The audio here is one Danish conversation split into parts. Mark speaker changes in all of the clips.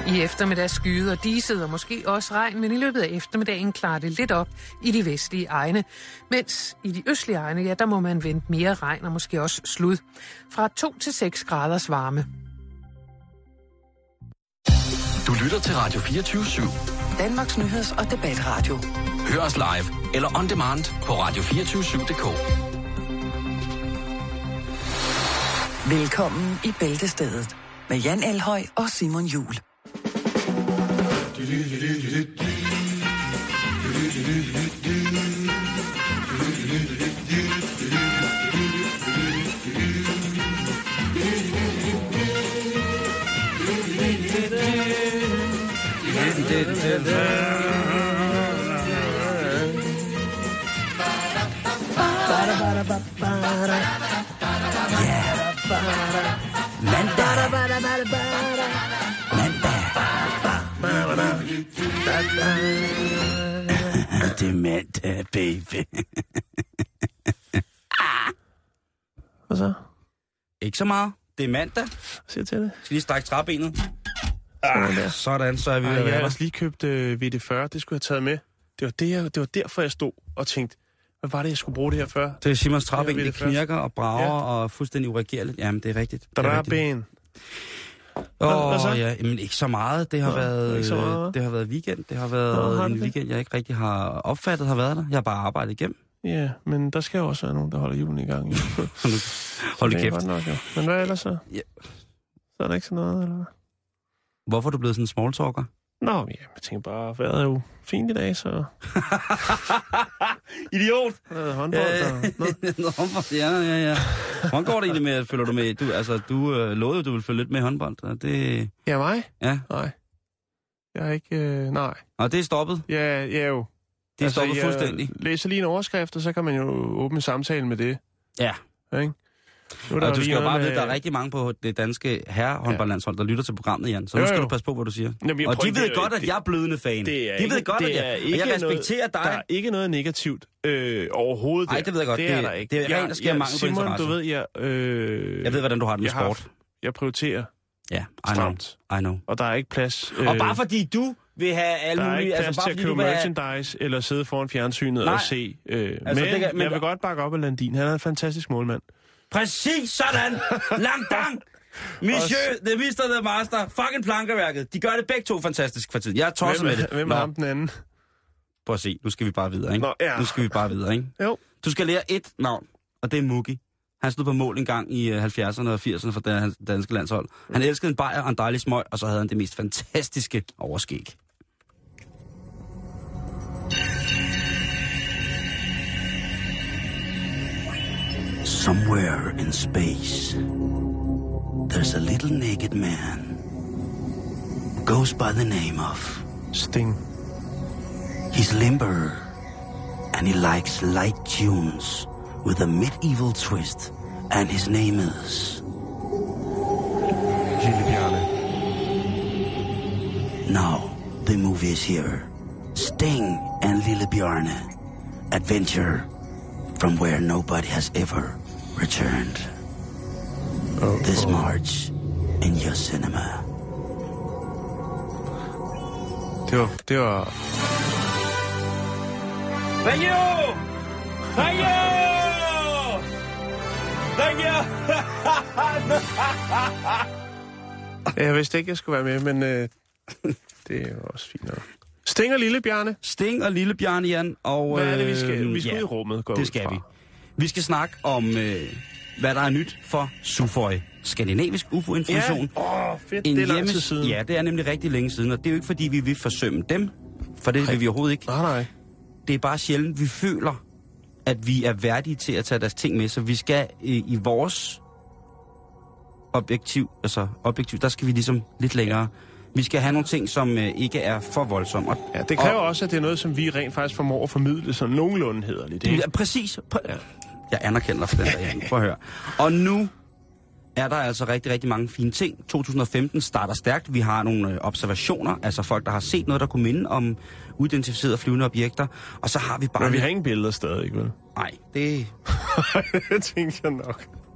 Speaker 1: I eftermiddag skyde og diset og måske også regn, men i løbet af eftermiddagen klarer det lidt op i de vestlige egne. Mens i de østlige egne, ja, der må man vente mere regn og måske også slud. Fra 2 til 6 graders varme.
Speaker 2: Du lytter til Radio 24/7.
Speaker 3: Danmarks nyheds- og debatradio.
Speaker 2: Hør os live eller on demand på radio247.dk.
Speaker 3: Velkommen i Bæltestedet med Jan Elhøj og Simon Juhl.
Speaker 4: Det er mandag, baby.
Speaker 5: Hvad så?
Speaker 4: Ikke så meget. Det er mandag.
Speaker 5: Siger til det.
Speaker 4: Skal lige strække træbenet. Sådan, så er vi.
Speaker 5: Jeg har også lige købt VD40. Det skulle jeg have taget med. Det var derfor, jeg stod og tænkte, hvad var det, jeg skulle bruge det her før?
Speaker 4: Det er Simons træben. Det knirker og brager og fuldstændig uregerligt. Jamen, det er rigtigt.
Speaker 5: Der er ben.
Speaker 4: Ja, men ikke så meget. Det har været weekend. Det har været en weekend, jeg ikke rigtig har opfattet har været der. Jeg har bare arbejdet igennem.
Speaker 5: Ja, men der skal jo også være nogen, der holder julen i gang.
Speaker 4: Hold det kæft.
Speaker 5: Nok, jo. Men hvad ellers så?
Speaker 4: Ja.
Speaker 5: Så er der ikke sådan noget, eller hvad?
Speaker 4: Hvorfor er du blevet sådan en smalltalker?
Speaker 5: Nå, ja, jeg tænker bare, vejret er jo fint i dag, så...
Speaker 4: Idiot!
Speaker 5: Håndbold,
Speaker 4: ja. Hvordan går det egentlig med, at følger du med? Du lovede, du ville følge lidt med håndbold. Og det...
Speaker 5: Ja, mig?
Speaker 4: Ja.
Speaker 5: Nej. Jeg er ikke... Nej.
Speaker 4: Og det er stoppet?
Speaker 5: Ja, jo.
Speaker 4: Det er stoppet fuldstændig?
Speaker 5: Jeg læser lige en overskrift, og så kan man jo åbne samtalen med det.
Speaker 4: Ja.
Speaker 5: Ikke?
Speaker 4: Og du skal jo bare vide, at der er rigtig mange på det danske herrehåndboldlandshold, der lytter til programmet, Jan. Så nu skal du passe på, hvad du siger.
Speaker 5: Jamen,
Speaker 4: og de ved godt, at jeg er blødende fan. De ved godt, at jeg respekterer dig.
Speaker 5: Der er ikke noget negativt overhovedet.
Speaker 4: Nej, det ved jeg godt.
Speaker 5: Det er der ikke.
Speaker 4: Det er rent, der sker mangel på interesse.
Speaker 5: Du ved,
Speaker 4: jeg ved, hvordan du har det med sport.
Speaker 5: Jeg prioriterer
Speaker 4: stramt. I know.
Speaker 5: Og der er ikke plads.
Speaker 4: Og bare fordi du vil have alle mulige...
Speaker 5: Der er ikke plads til at købe merchandise eller sidde foran fjernsynet og se. Men jeg vil godt bakke op af Landin. Han er en fantastisk målmand.
Speaker 4: Præcis sådan! Langdang! Monsieur, the Mr. the Master, fucking plankeværket. De gør det begge to fantastisk for tiden. Jeg er tosset med det.
Speaker 5: Hvem er ham den anden?
Speaker 4: Prøv at se, nu skal vi bare videre, ikke? Nu skal vi bare videre, ikke?
Speaker 5: Jo.
Speaker 4: Du skal lære et navn, og det er Mugi. Han stod på mål en gang i 70'erne og 80'erne for det danske landshold. Han elskede en bajer og en dejlig smøg, og så havde han det mest fantastiske overskæg. Somewhere in space, there's a little naked man who goes by the name of
Speaker 5: Sting.
Speaker 4: He's limber, and he likes light tunes with a medieval twist, and his name is...
Speaker 5: Lille Bjarne.
Speaker 4: Now, the movie is here. Sting and Lille Bjarne. Adventure from where nobody has ever returned. This March in your cinema.
Speaker 5: Det var...
Speaker 4: Thank you! Thank you! Thank you!
Speaker 5: Jeg vidste ikke, jeg skulle være med, men det er jo også fint nok. Sting og Lille Bjarne.
Speaker 4: Sting og Lille Bjarne, Jan. Og,
Speaker 5: hvad er det, vi skal? Vi skal ud i rummet, går
Speaker 4: det skal vi. Vi skal snakke om, hvad der er nyt for SUFOI. Skandinavisk UFO-information.
Speaker 5: Ja, fedt. Det er lang tid siden.
Speaker 4: Ja, det er nemlig rigtig længe siden, og det er jo ikke, fordi vi vil forsømme dem, for det vil vi overhovedet ikke.
Speaker 5: Nej.
Speaker 4: Det er bare sjældent, vi føler, at vi er værdige til at tage deres ting med, så vi skal i vores objektiv, der skal vi ligesom lidt længere. Vi skal have nogle ting, som ikke er for voldsomme.
Speaker 5: Ja, det kræver også, at det er noget, som vi rent faktisk formår at formidle, som nogenlunde hedder lidt.
Speaker 4: Ja, præcis. Jeg anerkender dig for den der, Jan. Prøv at høre. Og nu er der altså rigtig, rigtig mange fine ting. 2015 starter stærkt. Vi har nogle observationer, altså folk, der har set noget, der kunne minde om uidentificerede flyvende objekter. Og så har vi bare...
Speaker 5: Men vi har ingen billeder stadig, vel?
Speaker 4: Nej, det...
Speaker 5: det tænkte jeg nok.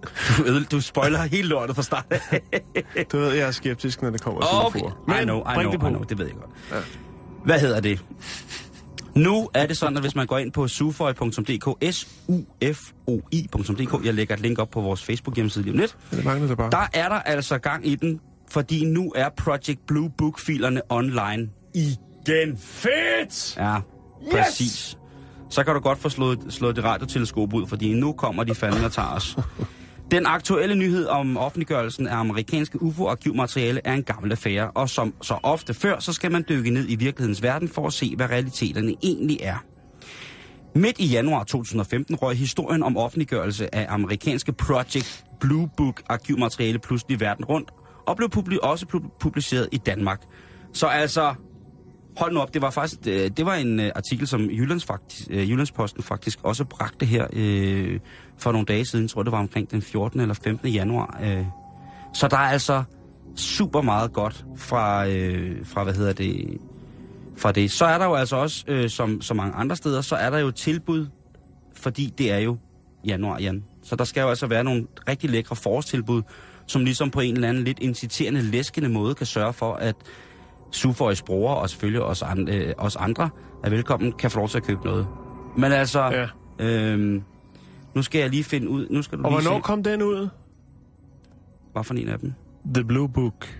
Speaker 4: Du spoiler helt lortet fra start.
Speaker 5: Du ved, jeg er skeptisk, når det kommer til UFO'er.
Speaker 4: Men I know, det ved jeg godt. Ja. Hvad hedder det? Nu er det sådan, at hvis man går ind på sufoi.dk, sufoi.dk, jeg lægger et link op på vores Facebook-hjemmeside lige om lidt, der er der altså gang i den, fordi nu er Project Blue Book-filerne online igen.
Speaker 5: Fedt!
Speaker 4: Ja, præcis. Så kan du godt få slået det radioteleskop ud, fordi nu kommer de fandme og tager os. Den aktuelle nyhed om offentliggørelsen af amerikanske UFO-arkivmateriale er en gammel affære, og som så ofte før, så skal man dykke ned i virkelighedens verden for at se, hvad realiteterne egentlig er. Midt i januar 2015 røg historien om offentliggørelse af amerikanske Project Blue Book arkivmateriale pludselig verden rundt, og blev også publiceret i Danmark. Så altså, hold nu op, det var en artikel, som Jyllandsposten faktisk også bragte her for nogle dage siden. Jeg tror, det var omkring den 14. eller 15. januar. Så der er altså super meget godt fra det. Så er der jo altså også, som så mange andre steder, så er der jo tilbud, fordi det er jo januar, Jan. Så der skal jo altså være nogle rigtig lækre forårstilbud, som ligesom på en eller anden lidt inciterende, læskende måde kan sørge for, at Sufojs brugere, og selvfølgelig os andre, er velkommen, kan få lov til at købe noget. Men altså, nu skal jeg lige finde ud. Nu skal du
Speaker 5: og
Speaker 4: lige
Speaker 5: hvornår kom den ud?
Speaker 4: Hvad for en af dem?
Speaker 5: The Blue Book.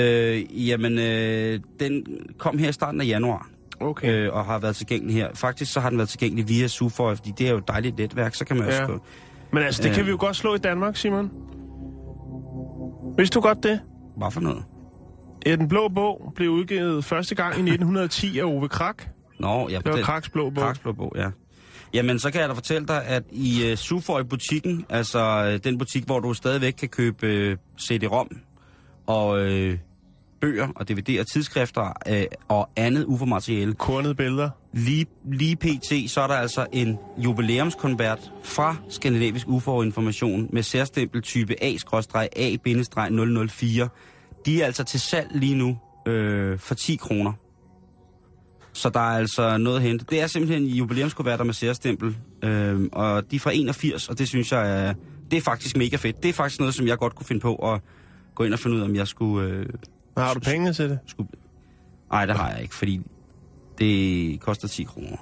Speaker 4: Den kom her i starten af januar.
Speaker 5: Okay.
Speaker 4: Og har været tilgængelig her. Faktisk så har den været tilgængelig via Sufoj, fordi det er jo et dejligt netværk, så kan man også gå.
Speaker 5: Men altså, det kan vi jo godt slå i Danmark, Simon. Vidste du godt det?
Speaker 4: Hvad for noget?
Speaker 5: Den blå bog blev udgivet første gang i 1910 af Ove Krak.
Speaker 4: Nå, ja.
Speaker 5: Det var Kraks blå bog.
Speaker 4: Kraks blå bog, ja. Jamen, så kan jeg da fortælle dig, at i Sufoj-butikken, altså den butik, hvor du stadigvæk kan købe CD-ROM og bøger og DVD'er, tidsskrifter og andet UFO-materiale.
Speaker 5: Kornede billeder.
Speaker 4: Lige pt. Så er der altså en jubilæumskonvert fra Skandinavisk UFO-information med særstempel type A-A-004. De er altså til salg lige nu for 10 kroner. Så der er altså noget at hente. Det er simpelthen jubilæumskuverter med særstempel, og de er fra 81, og det synes jeg det er faktisk mega fedt. Det er faktisk noget, som jeg godt kunne finde på at gå ind og finde ud af, om jeg skulle...
Speaker 5: Har du penge til det?
Speaker 4: Nej, det har jeg ikke, fordi det koster 10 kroner.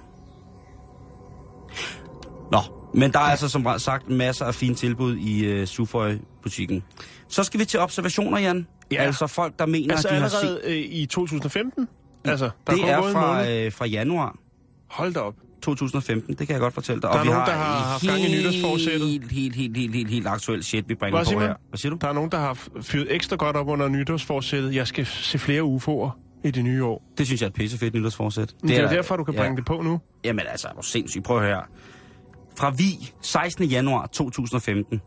Speaker 4: Nå, men der er altså som sagt masser af fine tilbud i Sufoj-butikken. Så skal vi til observationer, Jan. Ja. Altså folk, der mener,
Speaker 5: altså,
Speaker 4: at de har
Speaker 5: set... i 2015? Altså,
Speaker 4: det er fra januar.
Speaker 5: Hold da op.
Speaker 4: 2015, det kan jeg godt fortælle dig.
Speaker 5: Der er nogen, der har haft gang i nytårsforsættet.
Speaker 4: Helt aktuelt shit, vi bringer på her. Hvad siger du?
Speaker 5: Der er nogen, der har fyret ekstra godt op under nytårsforsættet. Jeg skal se flere UFO'er i det nye år.
Speaker 4: Det synes jeg er et pissefedt nytårsforsæt.
Speaker 5: Det er derfor, du kan bringe det på nu.
Speaker 4: Jamen altså, hvor sindssygt. Prøv at høre. Fra Vig, 16. januar 2015.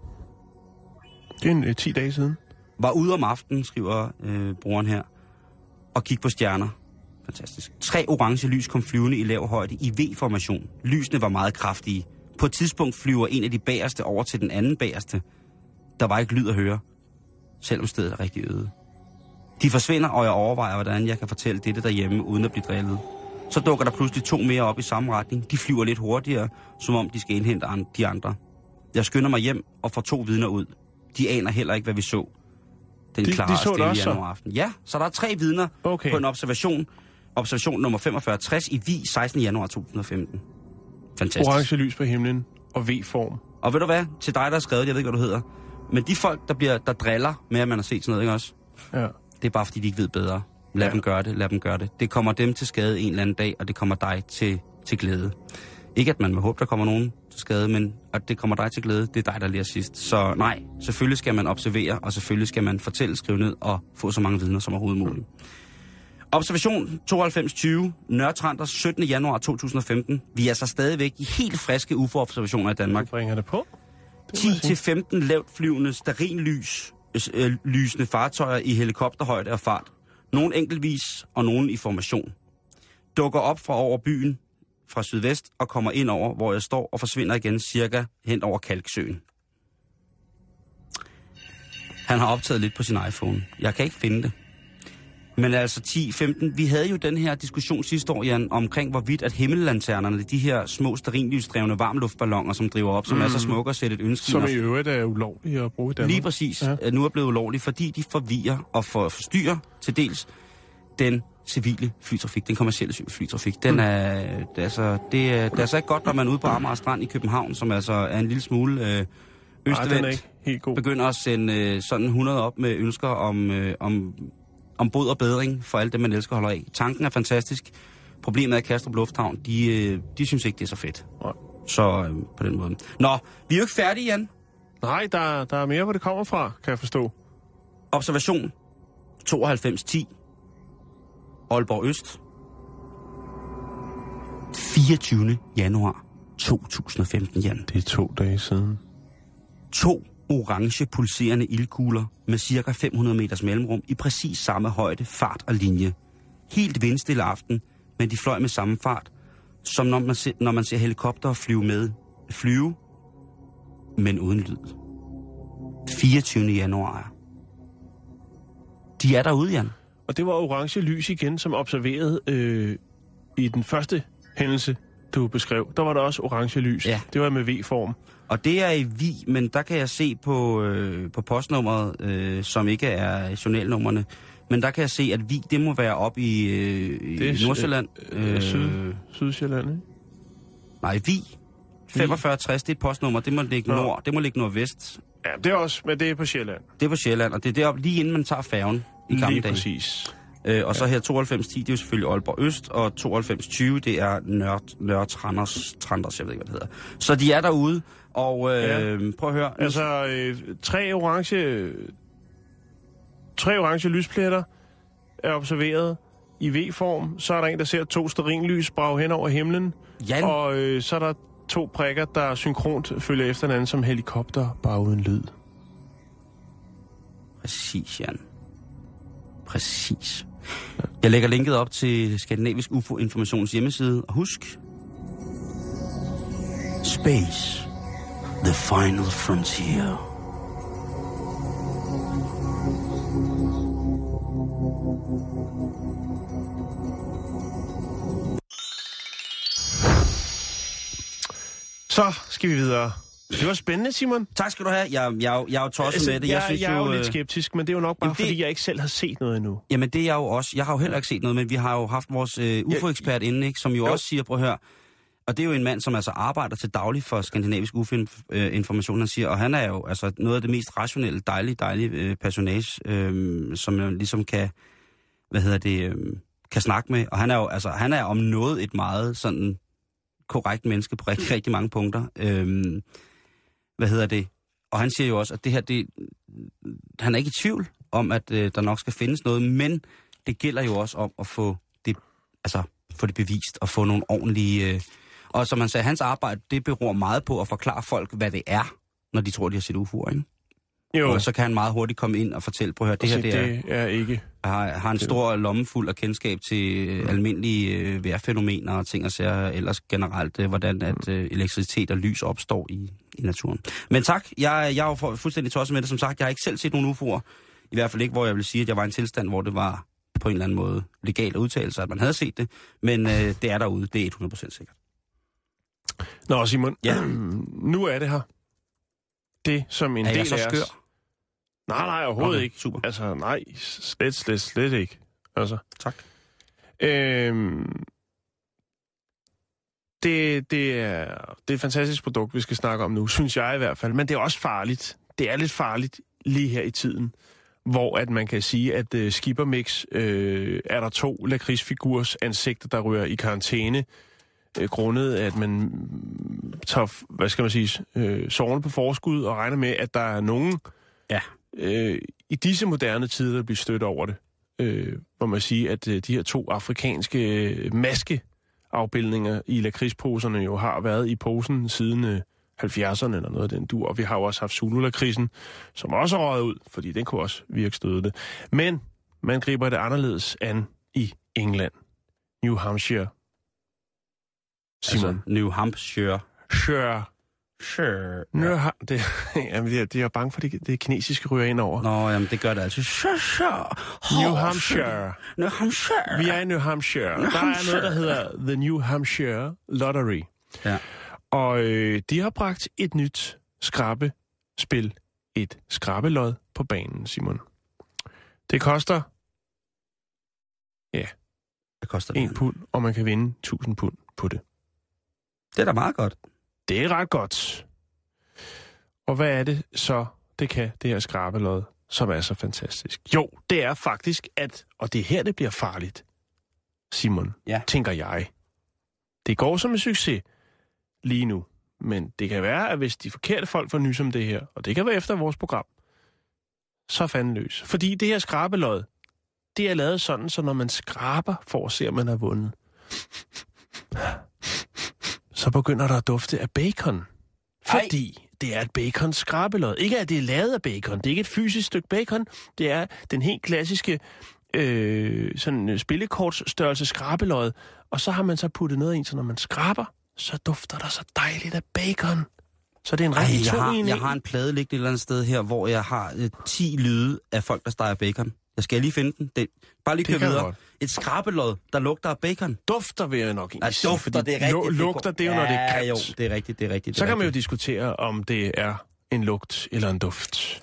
Speaker 5: Det er 10 dage siden.
Speaker 4: Var ude om aftenen, skriver brugeren her, og kigge på stjerner. Fantastisk. 3 orange lys kom flyvende i lav højde i V-formation. Lysene var meget kraftige. På et tidspunkt flyver en af de bagerste over til den anden bagerste. Der var ikke lyd at høre, selvom stedet er rigtig øde. De forsvinder, og jeg overvejer, hvordan jeg kan fortælle dette derhjemme, uden at blive drillet. Så dukker der pludselig 2 mere op i samme retning. De flyver lidt hurtigere, som om de skal indhente de andre. Jeg skynder mig hjem og får 2 vidner ud. De aner heller ikke, hvad vi så. Den klare stille januaraften. Ja, så der er 3 vidner på en observation. Observation nummer 4560 i Vig, 16. januar 2015. Fantastisk.
Speaker 5: Orange lys på himlen og V-form.
Speaker 4: Og ved du hvad? Til dig, der har skrevet, jeg ved ikke, hvad du hedder. Men de folk, der driller med, at man har set sådan noget, ikke også?
Speaker 5: Ja.
Speaker 4: Det er bare, fordi de ikke ved bedre. Lad dem gøre det. Det kommer dem til skade en eller anden dag, og det kommer dig til glæde. Ikke at man må håbe, der kommer nogen til skade, men at det kommer dig til glæde, det er dig, der lærer sidst. Så nej, selvfølgelig skal man observere, og selvfølgelig skal man fortælle, skrive ned og få så mange vidner som overhovedet muligt. Observation 9220, Nørretrander, 17. januar 2015. Vi er altså stadigvæk i helt friske UFO-observationer i Danmark.
Speaker 5: Du bringer det på?
Speaker 4: 10-15 lavt flyvende stearinlysende fartøjer i helikopterhøjde og fart. Nogle enkeltvis og nogle i formation. Dukker op fra over byen fra sydvest og kommer ind over, hvor jeg står og forsvinder igen cirka hen over Kalksøen. Han har optaget lidt på sin iPhone. Jeg kan ikke finde det. Men altså 10-15, vi havde jo den her diskussion sidste år, Jan, omkring hvorvidt at himmellanternerne, de her små stearinlysdrevne varmluftballoner, som driver op, som er så smukke at sætte et ønske.
Speaker 5: Som i øvrigt er ulovlige at bruge i Danmark.
Speaker 4: Lige præcis. Ja. Nu er blevet ulovlige, fordi de forvirrer og forstyrrer til dels den civile flytrafik, den kommercielle flytrafik. Den er, det er altså ikke godt, når man er ude på Amager Strand i København, som altså er en lille smule østvendt, begynder at sende sådan 100 op med ønsker om bod og bedring for alt det, man elsker at holde af. Tanken er fantastisk. Problemet er, at Kastrup Lufthavn, de synes ikke, det er så fedt.
Speaker 5: Nej.
Speaker 4: Så på den måde. Nå, vi er jo ikke færdige, Jan.
Speaker 5: Nej, der er mere, hvor det kommer fra, kan jeg forstå.
Speaker 4: Observation 9210. Aalborg Øst. 24. januar 2015, Jan.
Speaker 5: Det er 2 dage siden.
Speaker 4: 2 orange pulserende ildkugler med cirka 500 meters mellemrum i præcis samme højde, fart og linje. Helt vindstille aften, men de fløj med samme fart, som når man ser helikopter flyve, men uden lyd. 24. januar. De er derude, Jan.
Speaker 5: Og det var orange lys igen, som observeret i den første hændelse, du beskrev. Der var der også orange lys. Ja. Det var med V-form.
Speaker 4: Og det er i Vig, men der kan jeg se på postnummeret, som ikke er journalnummerne, men der kan jeg se, at Vig, det må være op i Nordsjælland.
Speaker 5: Sydsjælland, ikke?
Speaker 4: Nej, Vig. 4560, det er et postnummer, det må ligge nord, det må ligge nordvest.
Speaker 5: Ja, det er også, men det er på Sjælland.
Speaker 4: Det er på Sjælland, og det er deroppe lige inden man tager færgen i gamle dage.
Speaker 5: Lige præcis.
Speaker 4: Og så her 9210, det er jo selvfølgelig Aalborg Øst, og 9220, det er Nørre Tranders, jeg ved ikke, hvad det hedder. Så de er derude, og prøv at høre.
Speaker 5: Altså, 3 orange lyspletter er observeret i V-form. Så er der en, der ser 2 stearinlys brage hen over himlen.
Speaker 4: Jan.
Speaker 5: Og så er der 2 prikker, der synkront følger efter hinanden som helikopter, bare uden lyd.
Speaker 4: Præcis, Jan. Præcis. Jeg lægger linket op til Skandinavisk UFO-informations hjemmeside. Og husk, Space, the final frontier.
Speaker 5: Så skal vi videre. Det var spændende, Simon.
Speaker 4: Tak skal du have. Jeg er jo tosset med det.
Speaker 5: Jeg er jo lidt skeptisk, men det er jo nok bare, fordi jeg ikke selv har set noget endnu. Jamen,
Speaker 4: det er jeg jo også. Jeg har jo heller ikke set noget, men vi har jo haft vores UFO-ekspert inde, ikke, som jo også siger, prøv at høre, og det er jo en mand, som altså arbejder til daglig for Skandinavisk UFO-information, han siger, og han er jo altså noget af det mest rationelle, dejlige personage, som man ligesom kan, kan snakke med. Og han er jo, altså, han er om noget et meget sådan korrekt menneske på rigtig mange punkter. Og han siger jo også, at det her, han er ikke i tvivl om, at der nok skal findes noget, men det gælder jo også om at få det bevist og få nogle ordentlige... og som han sagde, hans arbejde, det beror meget på at forklare folk, hvad det er, når de tror, de har set UFO'er, ikke? Jo. Og så kan han meget hurtigt komme ind og fortælle, prøv at høre, det her,
Speaker 5: det er ikke...
Speaker 4: Har en stor lommefuld af kendskab til almindelige vejrfænomener og ting og sager, ellers generelt, hvordan at elektricitet og lys opstår i naturen. Men tak, jeg er jo fuldstændig tosset med det. Som sagt, jeg har ikke selv set nogen UFO'er. I hvert fald ikke, hvor jeg vil sige, at jeg var i en tilstand, hvor det var på en eller anden måde legalt at udtale sig, at man havde set det. Men det er derude, det er 100% sikkert.
Speaker 5: Nå, Simon, nu er det her. Det, som en del af os... Er jeg så skør? Nej, overhovedet ikke. Super. Altså, nej, slet ikke. Altså.
Speaker 4: Tak.
Speaker 5: Det er et fantastisk produkt, vi skal snakke om nu, synes jeg i hvert fald. Men det er også farligt. Det er lidt farligt lige her i tiden, hvor at man kan sige, at Skippermix er der 2 lakridsfigurs ansigter, der ryger i karantæne, grundet at man tager, sorgene på forskud og regner med, at der er nogen i disse moderne tider, der bliver stødt over det. Hvor man siger, at de her 2 afrikanske maskeafbildninger i lakridsposerne jo har været i posen siden 70'erne eller noget af den dur. Og vi har jo også haft Zulu-lakrisen, som også er røget ud, fordi den kunne også virke stødende. Men man griber det anderledes an i England. New Hampshire.
Speaker 4: Simon. Altså, New Hampshire. Sure.
Speaker 5: Jamen, det er bange for, det kinesiske ryger ind over.
Speaker 4: Nå, jamen, det gør det altså.
Speaker 5: New Hampshire.
Speaker 4: New Hampshire.
Speaker 5: Vi er i New Hampshire. Der er noget, der hedder The New Hampshire Lottery.
Speaker 4: Ja.
Speaker 5: Og de har bragt et nyt skrabespil, et skrabelod på banen, Simon. Det koster,
Speaker 4: Det koster
Speaker 5: 1 pund, og man kan vinde 1000 pund på det.
Speaker 4: Det er da meget godt.
Speaker 5: Det er ret godt. Og hvad er det så, det kan, det her skrabelod, som er så fantastisk? Jo, det er faktisk, og det er her, det bliver farligt, Simon, tænker jeg. Det går som en succes lige nu. Men det kan være, at hvis de forkerte folk får nys om det her, og det kan være efter vores program, så fanden løs. Fordi det her skrabelod, det er lavet sådan, så når man skraber for at se, om man har vundet, så begynder der at dufte af bacon. Fordi det er et bacon-skrabelod. Ikke at det er lavet af bacon. Det er ikke et fysisk stykke bacon. Det er den helt klassiske sådan spillekortsstørrelse skrabelod. Og så har man så puttet noget ind, så når man skraber, så dufter der så dejligt af bacon. Så det er en rigtig
Speaker 4: jeg har en plade liggende et eller andet sted her, hvor jeg har 10 lyde af folk, der steger bacon. Jeg skal lige finde den. Bare lige køre videre. Et skrabelod, der lugter af bacon.
Speaker 5: Dufter vil jeg nok egentlig sige.
Speaker 4: Dufter, det er rigtigt.
Speaker 5: Lugter, det er jo, når det er grimt.
Speaker 4: Jo, det er rigtigt.
Speaker 5: Så kan man jo diskutere, om det er en lugt eller en duft.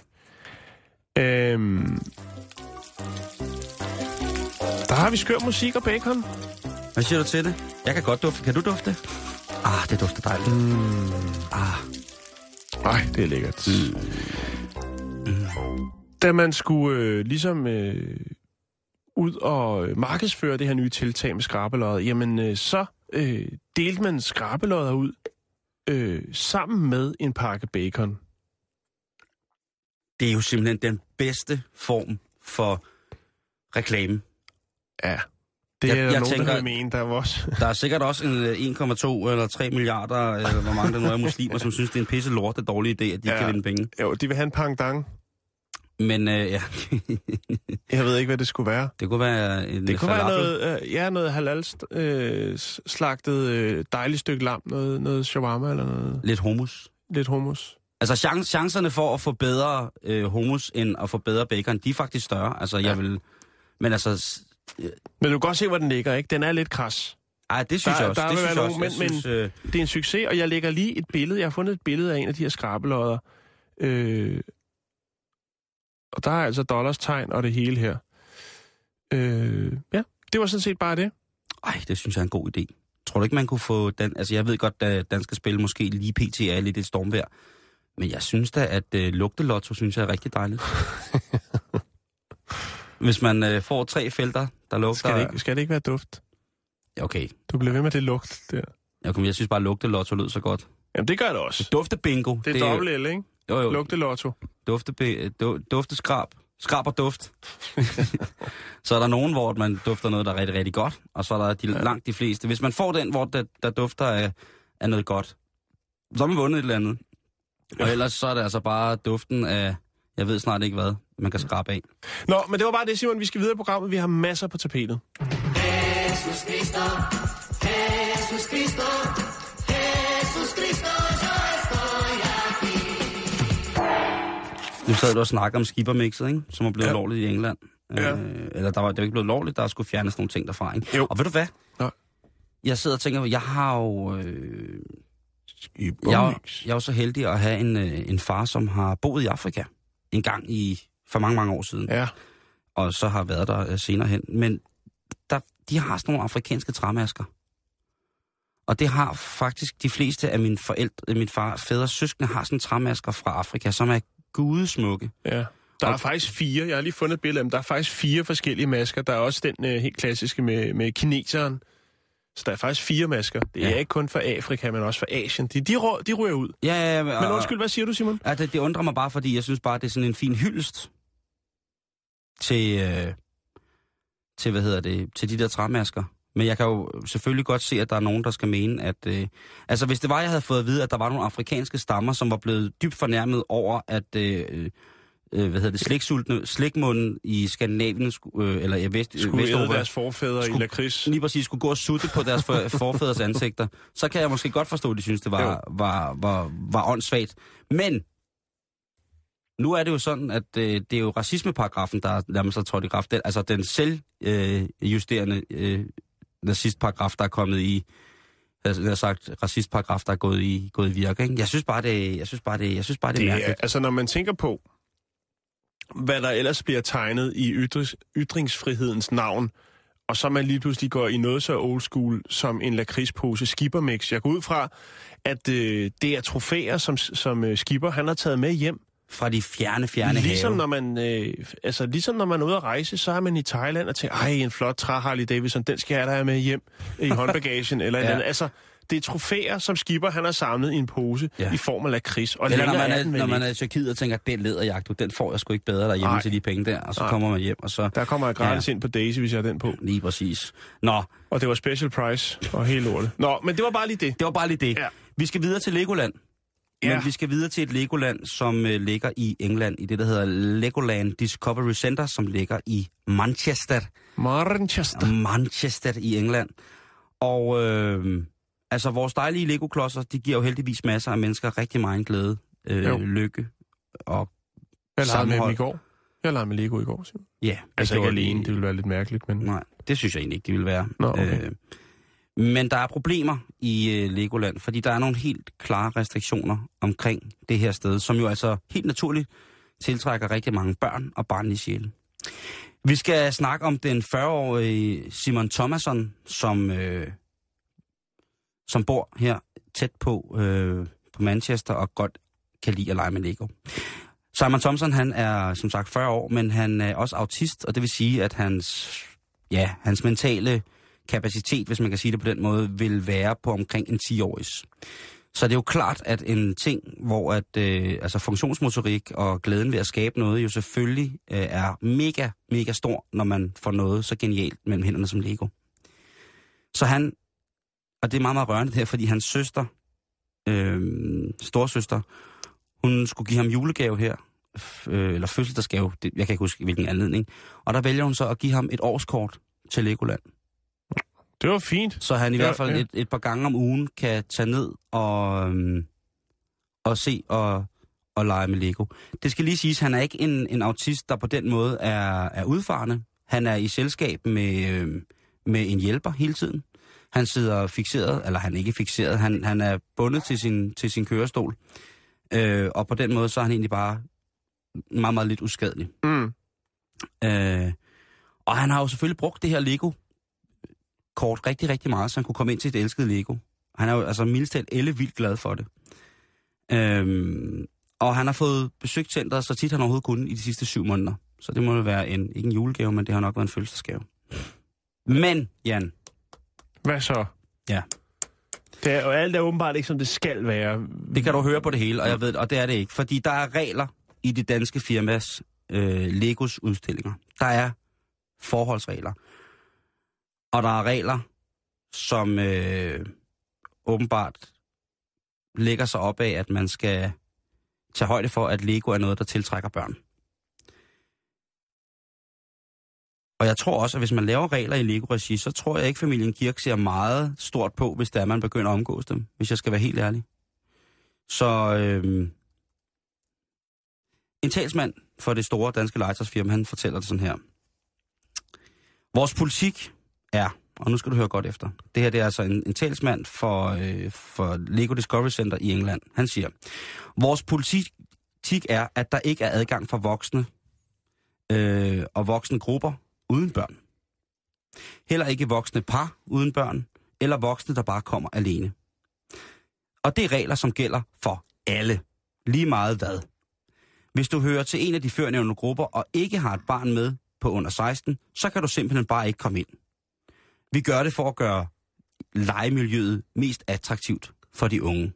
Speaker 5: Der har vi skør musik og bacon.
Speaker 4: Hvad siger du til det? Jeg kan godt dufte. Kan du dufte? Det dufter dejligt.
Speaker 5: Ej, det er lækkert. Da man skulle ud og markedsføre det her nye tiltag med skrabelodder, jamen så delte man skrabelodder ud sammen med en pakke bacon.
Speaker 4: Det er jo simpelthen den bedste form for reklame.
Speaker 5: Ja. Det er
Speaker 4: jeg
Speaker 5: nogen,
Speaker 4: tænker,
Speaker 5: der vil mene, der er også.
Speaker 4: Der er sikkert også 1,2 eller 3 milliarder, eller hvor mange der nu er muslimer, som synes, det er en pisse lort, det er dårlig idé, at de kan vinde penge.
Speaker 5: Jo, de vil have en pangdang.
Speaker 4: Men
Speaker 5: jeg ved ikke, hvad det skulle være.
Speaker 4: Det kunne være en
Speaker 5: det kunne være noget halal-slagtet dejligt stykke lam, noget shawarma eller noget. Lidt hummus.
Speaker 4: Altså chancerne for at få bedre hummus end at få bedre bacon, de er faktisk større. Altså jeg vil, men altså.
Speaker 5: Men du kan godt se, hvor den ligger, ikke? Den er lidt kras.
Speaker 4: Ej, det synes jeg også.
Speaker 5: Der
Speaker 4: det
Speaker 5: vil
Speaker 4: synes
Speaker 5: være
Speaker 4: jeg
Speaker 5: nogen,
Speaker 4: også.
Speaker 5: Men det er en succes, og jeg lægger lige et billede. Jeg har fundet et billede af en af de her skrabelodder. Og der er altså dollarstegn og det hele her. Det var sådan set bare det.
Speaker 4: Ej, det synes jeg er en god idé. Tror du ikke, man kunne få den? Altså, jeg ved godt, at Danske Spil måske lige pt. Er lidt et stormvejr. Men jeg synes da, at lugtelotto synes jeg er rigtig dejligt. Hvis man får 3 felter, der lugter.
Speaker 5: Skal det ikke være duft?
Speaker 4: Ja, okay.
Speaker 5: Du bliver ved med det lugt der.
Speaker 4: Okay, jeg synes bare, at lugtelotto lød så godt.
Speaker 5: Jamen, det gør det også.
Speaker 4: Duftebingo.
Speaker 5: Det er dobbelt L, ikke?
Speaker 4: Jo.
Speaker 5: Lugtelotto.
Speaker 4: Dufteskrab. Skrab og duft. Så er der nogen, hvor man dufter noget, der er rigtig, rigtig godt. Og så er der langt de fleste. Hvis man får den, hvor der dufter af noget godt, så har man vundet et eller andet. Og ellers så er det altså bare duften af, jeg ved snart ikke hvad, man kan skrabe af.
Speaker 5: Nå, men det var bare det, Simon. Vi skal videre i programmet. Vi har masser på tapetet.
Speaker 6: Jesus Cristo, Jesus Cristo, Jesus Cristo, yo estoy aquí.
Speaker 4: Nu sad du og snakkede om skippermixet, ikke? Som er blevet lovligt i England.
Speaker 5: Ja.
Speaker 4: Eller det var ikke blevet lovligt, der skulle fjernes nogle ting derfra, ikke?
Speaker 5: Jo.
Speaker 4: Og ved du hvad?
Speaker 5: Ja.
Speaker 4: Jeg sidder og tænker, jeg har jo... Jeg er jo så heldig at have en far, som har boet i Afrika en gang for mange, mange år siden.
Speaker 5: Ja.
Speaker 4: Og så har været der senere hen. Men de har sådan nogle afrikanske træmasker. Og det har faktisk de fleste af mine fædres søskende har sådan træmasker fra Afrika, som er gudesmukke.
Speaker 5: Ja. Der er faktisk 4. Jeg har lige fundet et billede af dem. Der er faktisk 4 forskellige masker. Der er også den helt klassiske med kineseren. Så der er faktisk 4 masker. Det er ikke kun for Afrika, men også for Asien. De ryger ud.
Speaker 4: Ja,
Speaker 5: men undskyld, hvad siger du, Simon?
Speaker 4: Ja, det undrer mig bare, fordi jeg synes bare, det er sådan en fin hyldest til til de der træmasker. Men jeg kan jo selvfølgelig godt se, at der er nogen, der skal mene, at... altså, hvis det var, jeg havde fået at vide, at der var nogle afrikanske stammer, som var blevet dybt fornærmet over, at slikmunden i Skandinavien, eller i
Speaker 5: Vesteuropa, deres forfædre i lakrids.
Speaker 4: Lige præcis skulle gå og sutte på deres forfædres ansigter. Så kan jeg måske godt forstå, at de synes, det var åndssvagt. Men nu er det jo sådan, at det er jo racismeparagrafen, der nærmest har trådt i kraft. Altså den selvjusterende nazistparagraf, der er kommet i, jeg har sagt racistparagraf, der er gået i virke. Ikke? Jeg synes bare, det er mærkeligt.
Speaker 5: Altså når man tænker på, hvad der ellers bliver tegnet i ytringsfrihedens navn, og så man lige pludselig går i noget så old school som en lakridspose skippermix. Jeg går ud fra, at det er trofæer, som skipper han har taget med hjem.
Speaker 4: Fra de fjerne
Speaker 5: ligesom
Speaker 4: have.
Speaker 5: Når man, ligesom når man er ude at rejse, så er man i Thailand og tænker, en flot træ Harley Davidson, den skal jeg da have med hjem i håndbagagen. Eller ja. Altså, det er trofæer, som skipper han har samlet i en pose i form af lakrids. Og
Speaker 4: eller når man er i Tyrkiet og tænker, den læderjagt, den får jeg sgu ikke bedre derhjemme til de penge der. Og så kommer man hjem, og så...
Speaker 5: Der kommer jeg gratis ind på Daisy, hvis jeg har den på.
Speaker 4: Lige præcis. Nå.
Speaker 5: Og det var special price og hele lortet. Nå, men det var bare lige det.
Speaker 4: Det var bare lige det. Ja. Vi skal videre til Legoland. Ja. Men vi skal videre til et Legoland, som ligger i England, i det, der hedder Legoland Discovery Center, som ligger i Manchester i England. Og altså, vores dejlige Lego-klodser, de giver jo heldigvis masser af mennesker rigtig meget glæde, lykke og sammenhold.
Speaker 5: Jeg legede med Lego i går, Simon.
Speaker 4: Ja.
Speaker 5: Altså ikke alene, det ville være lidt mærkeligt, men...
Speaker 4: Nej, det synes jeg egentlig ikke, det ville være.
Speaker 5: Nå, okay.
Speaker 4: Men der er problemer i Legoland, fordi der er nogle helt klare restriktioner omkring det her sted, som jo altså helt naturligt tiltrækker rigtig mange børn og barnlige sjæle. Vi skal snakke om den 40-årige Simon Thomasson, som bor her tæt på Manchester og godt kan lide at lege med Lego. Simon Thomasson, han er som sagt 40 år, men han er også autist, og det vil sige, at hans mentale kapacitet, hvis man kan sige det på den måde, vil være på omkring en 10-årigs. Så det er jo klart, at en ting, hvor altså funktionsmotorik og glæden ved at skabe noget, jo selvfølgelig er mega, mega stor, når man får noget så genialt mellem hænderne som Lego. Så han, og det er meget, meget rørende det her, fordi hans søster, storsøster, hun skulle give ham julegave her, eller fødselsdagsgave, jeg kan ikke huske hvilken anledning, og der vælger hun så at give ham et årskort til Legoland.
Speaker 5: Det var fint.
Speaker 4: Så han i hvert fald et par gange om ugen kan tage ned og se og lege med Lego. Det skal lige siges, han er ikke en autist, der på den måde er udfarende. Han er i selskab med en hjælper hele tiden. Han sidder fikseret, eller han er ikke fikseret, han er bundet til sin kørestol. Og på den måde, så er han egentlig bare meget, meget lidt uskadelig.
Speaker 5: Mm.
Speaker 4: Og han har jo selvfølgelig brugt det her Lego-kort rigtig, rigtig meget, så han kunne komme ind til et elsket Lego. Han er jo altså mildest talt vildt glad for det. Og han har fået besøgt centret så tit han overhovedet kunne i de sidste 7 måneder. Så det må jo være ikke en julegave, men det har nok været en fødselsdagsgave. Men, Jan.
Speaker 5: Hvad så?
Speaker 4: Ja.
Speaker 5: Det er jo alt er åbenbart ikke, som det skal være.
Speaker 4: Det kan du høre på det hele, og jeg ved, og det er det ikke. Fordi der er regler i det danske firmas Legos udstillinger. Der er forholdsregler. Og der er regler, som åbenbart lægger sig op af, at man skal tage højde for, at Lego er noget, der tiltrækker børn. Og jeg tror også, at hvis man laver regler i Lego-regi, så tror jeg ikke, familien Kirk ser meget stort på, hvis man begynder at omgås dem, hvis jeg skal være helt ærlig. Så en talsmand for det store danske legetøjsfirma, han fortæller det sådan her. Vores politik er, og nu skal du høre godt efter, det her det er altså en talsmand for Lego Discovery Center i England. Han siger, vores politik er, at der ikke er adgang for voksne og voksne grupper uden børn. Heller ikke voksne par uden børn, eller voksne, der bare kommer alene. Og det er regler, som gælder for alle. Lige meget hvad. Hvis du hører til en af de førnævnte grupper, og ikke har et barn med på under 16, så kan du simpelthen bare ikke komme ind. Vi gør det for at gøre legemiljøet mest attraktivt for de unge.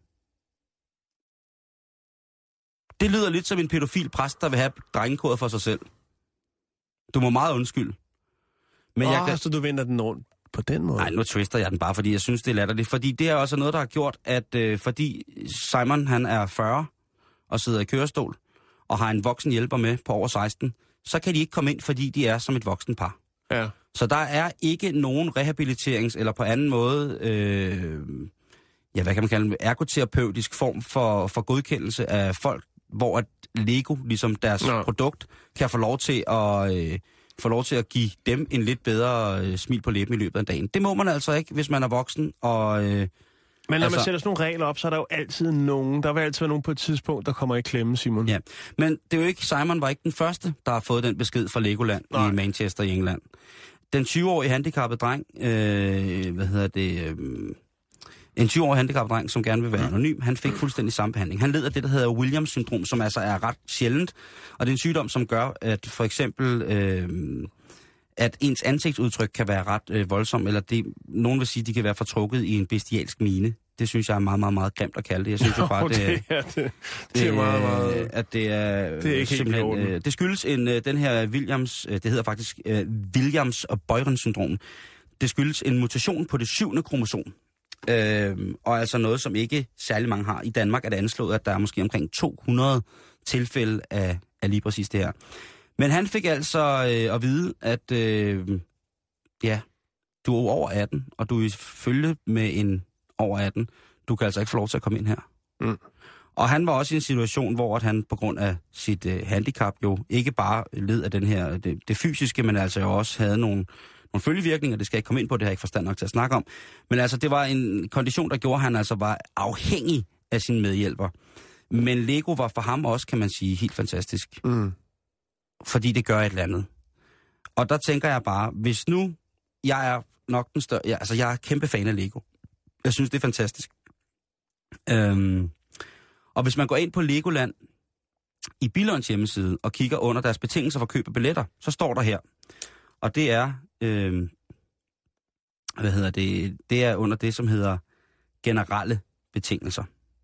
Speaker 4: Det lyder lidt som en pædofil præst, der vil have drengekodet for sig selv. Du må meget undskylde. Men
Speaker 5: så du vender den rundt på den måde?
Speaker 4: Nej, nu twister jeg den bare, fordi jeg synes, det er latterligt. Fordi det er også noget, der har gjort, at fordi Simon han er 40 og sidder i kørestol, og har en voksen hjælper med på over 16, så kan de ikke komme ind, fordi de er som et voksen par.
Speaker 5: Ja.
Speaker 4: Så der er ikke nogen rehabiliterings- eller på anden måde, hvad kan man kalde det, ergoterapeutisk form for godkendelse af folk, hvor at Lego, ligesom deres produkt, kan få lov til at give dem en lidt bedre smil på læben i løbet af dagen. Det må man altså ikke, hvis man er voksen.
Speaker 5: Men når man sætter sådan nogle regler op, så er der jo altid nogen. Der vil altid være nogen på et tidspunkt, der kommer i klemme, Simon.
Speaker 4: Ja, men det er jo ikke, Simon var ikke den første, der har fået den besked fra Legoland i Manchester i England. Den 20-årige handicappede dreng, en 20-årig handicappet dreng, som gerne vil være anonym, han fik fuldstændig samme behandling. Han led af det, der hedder Williams syndrom, som altså er ret sjældent. Og det er en sygdom, som gør, at for eksempel, at ens ansigtsudtryk kan være ret voldsom, eller nogen vil sige, at de kan være fortrukket i en bestialsk mine. Det synes jeg er meget, meget, meget grimt at kalde det. Jeg synes jo bare,
Speaker 5: det er meget, meget...
Speaker 4: At det er...
Speaker 5: Det er ikke simpelthen...
Speaker 4: Det skyldes den her Williams... Det hedder faktisk Williams og Beuren syndrom. Det skyldes en mutation på det 7. kromosom. Og altså noget, som ikke særlig mange har. I Danmark er det anslået, at der er måske omkring 200 tilfælde af lige præcis det her. Men han fik altså at vide, at du er over 18, og du er i følge med en over 18. Du kan altså ikke få lov til at komme ind her. Mm. Og han var også i en situation, hvor at han på grund af sit handicap jo ikke bare led af den her, det fysiske, men altså jo også havde nogle følgevirkninger, det skal jeg ikke komme ind på, det har jeg ikke forstand nok til at snakke om. Men altså, det var en kondition, der gjorde, at han altså var afhængig af sin medhjælper. Men Lego var for ham også, kan man sige, helt fantastisk. Mm. Fordi det gør et eller andet. Og der tænker jeg bare, hvis nu, jeg er nok den større, jeg er kæmpe fan af Lego. Jeg synes, det er fantastisk. Og hvis man går ind på Legoland i Billunds hjemmeside og kigger under deres betingelser for køb af billetter, så står der her. Og det er, det er under det, som hedder generelle betingelser.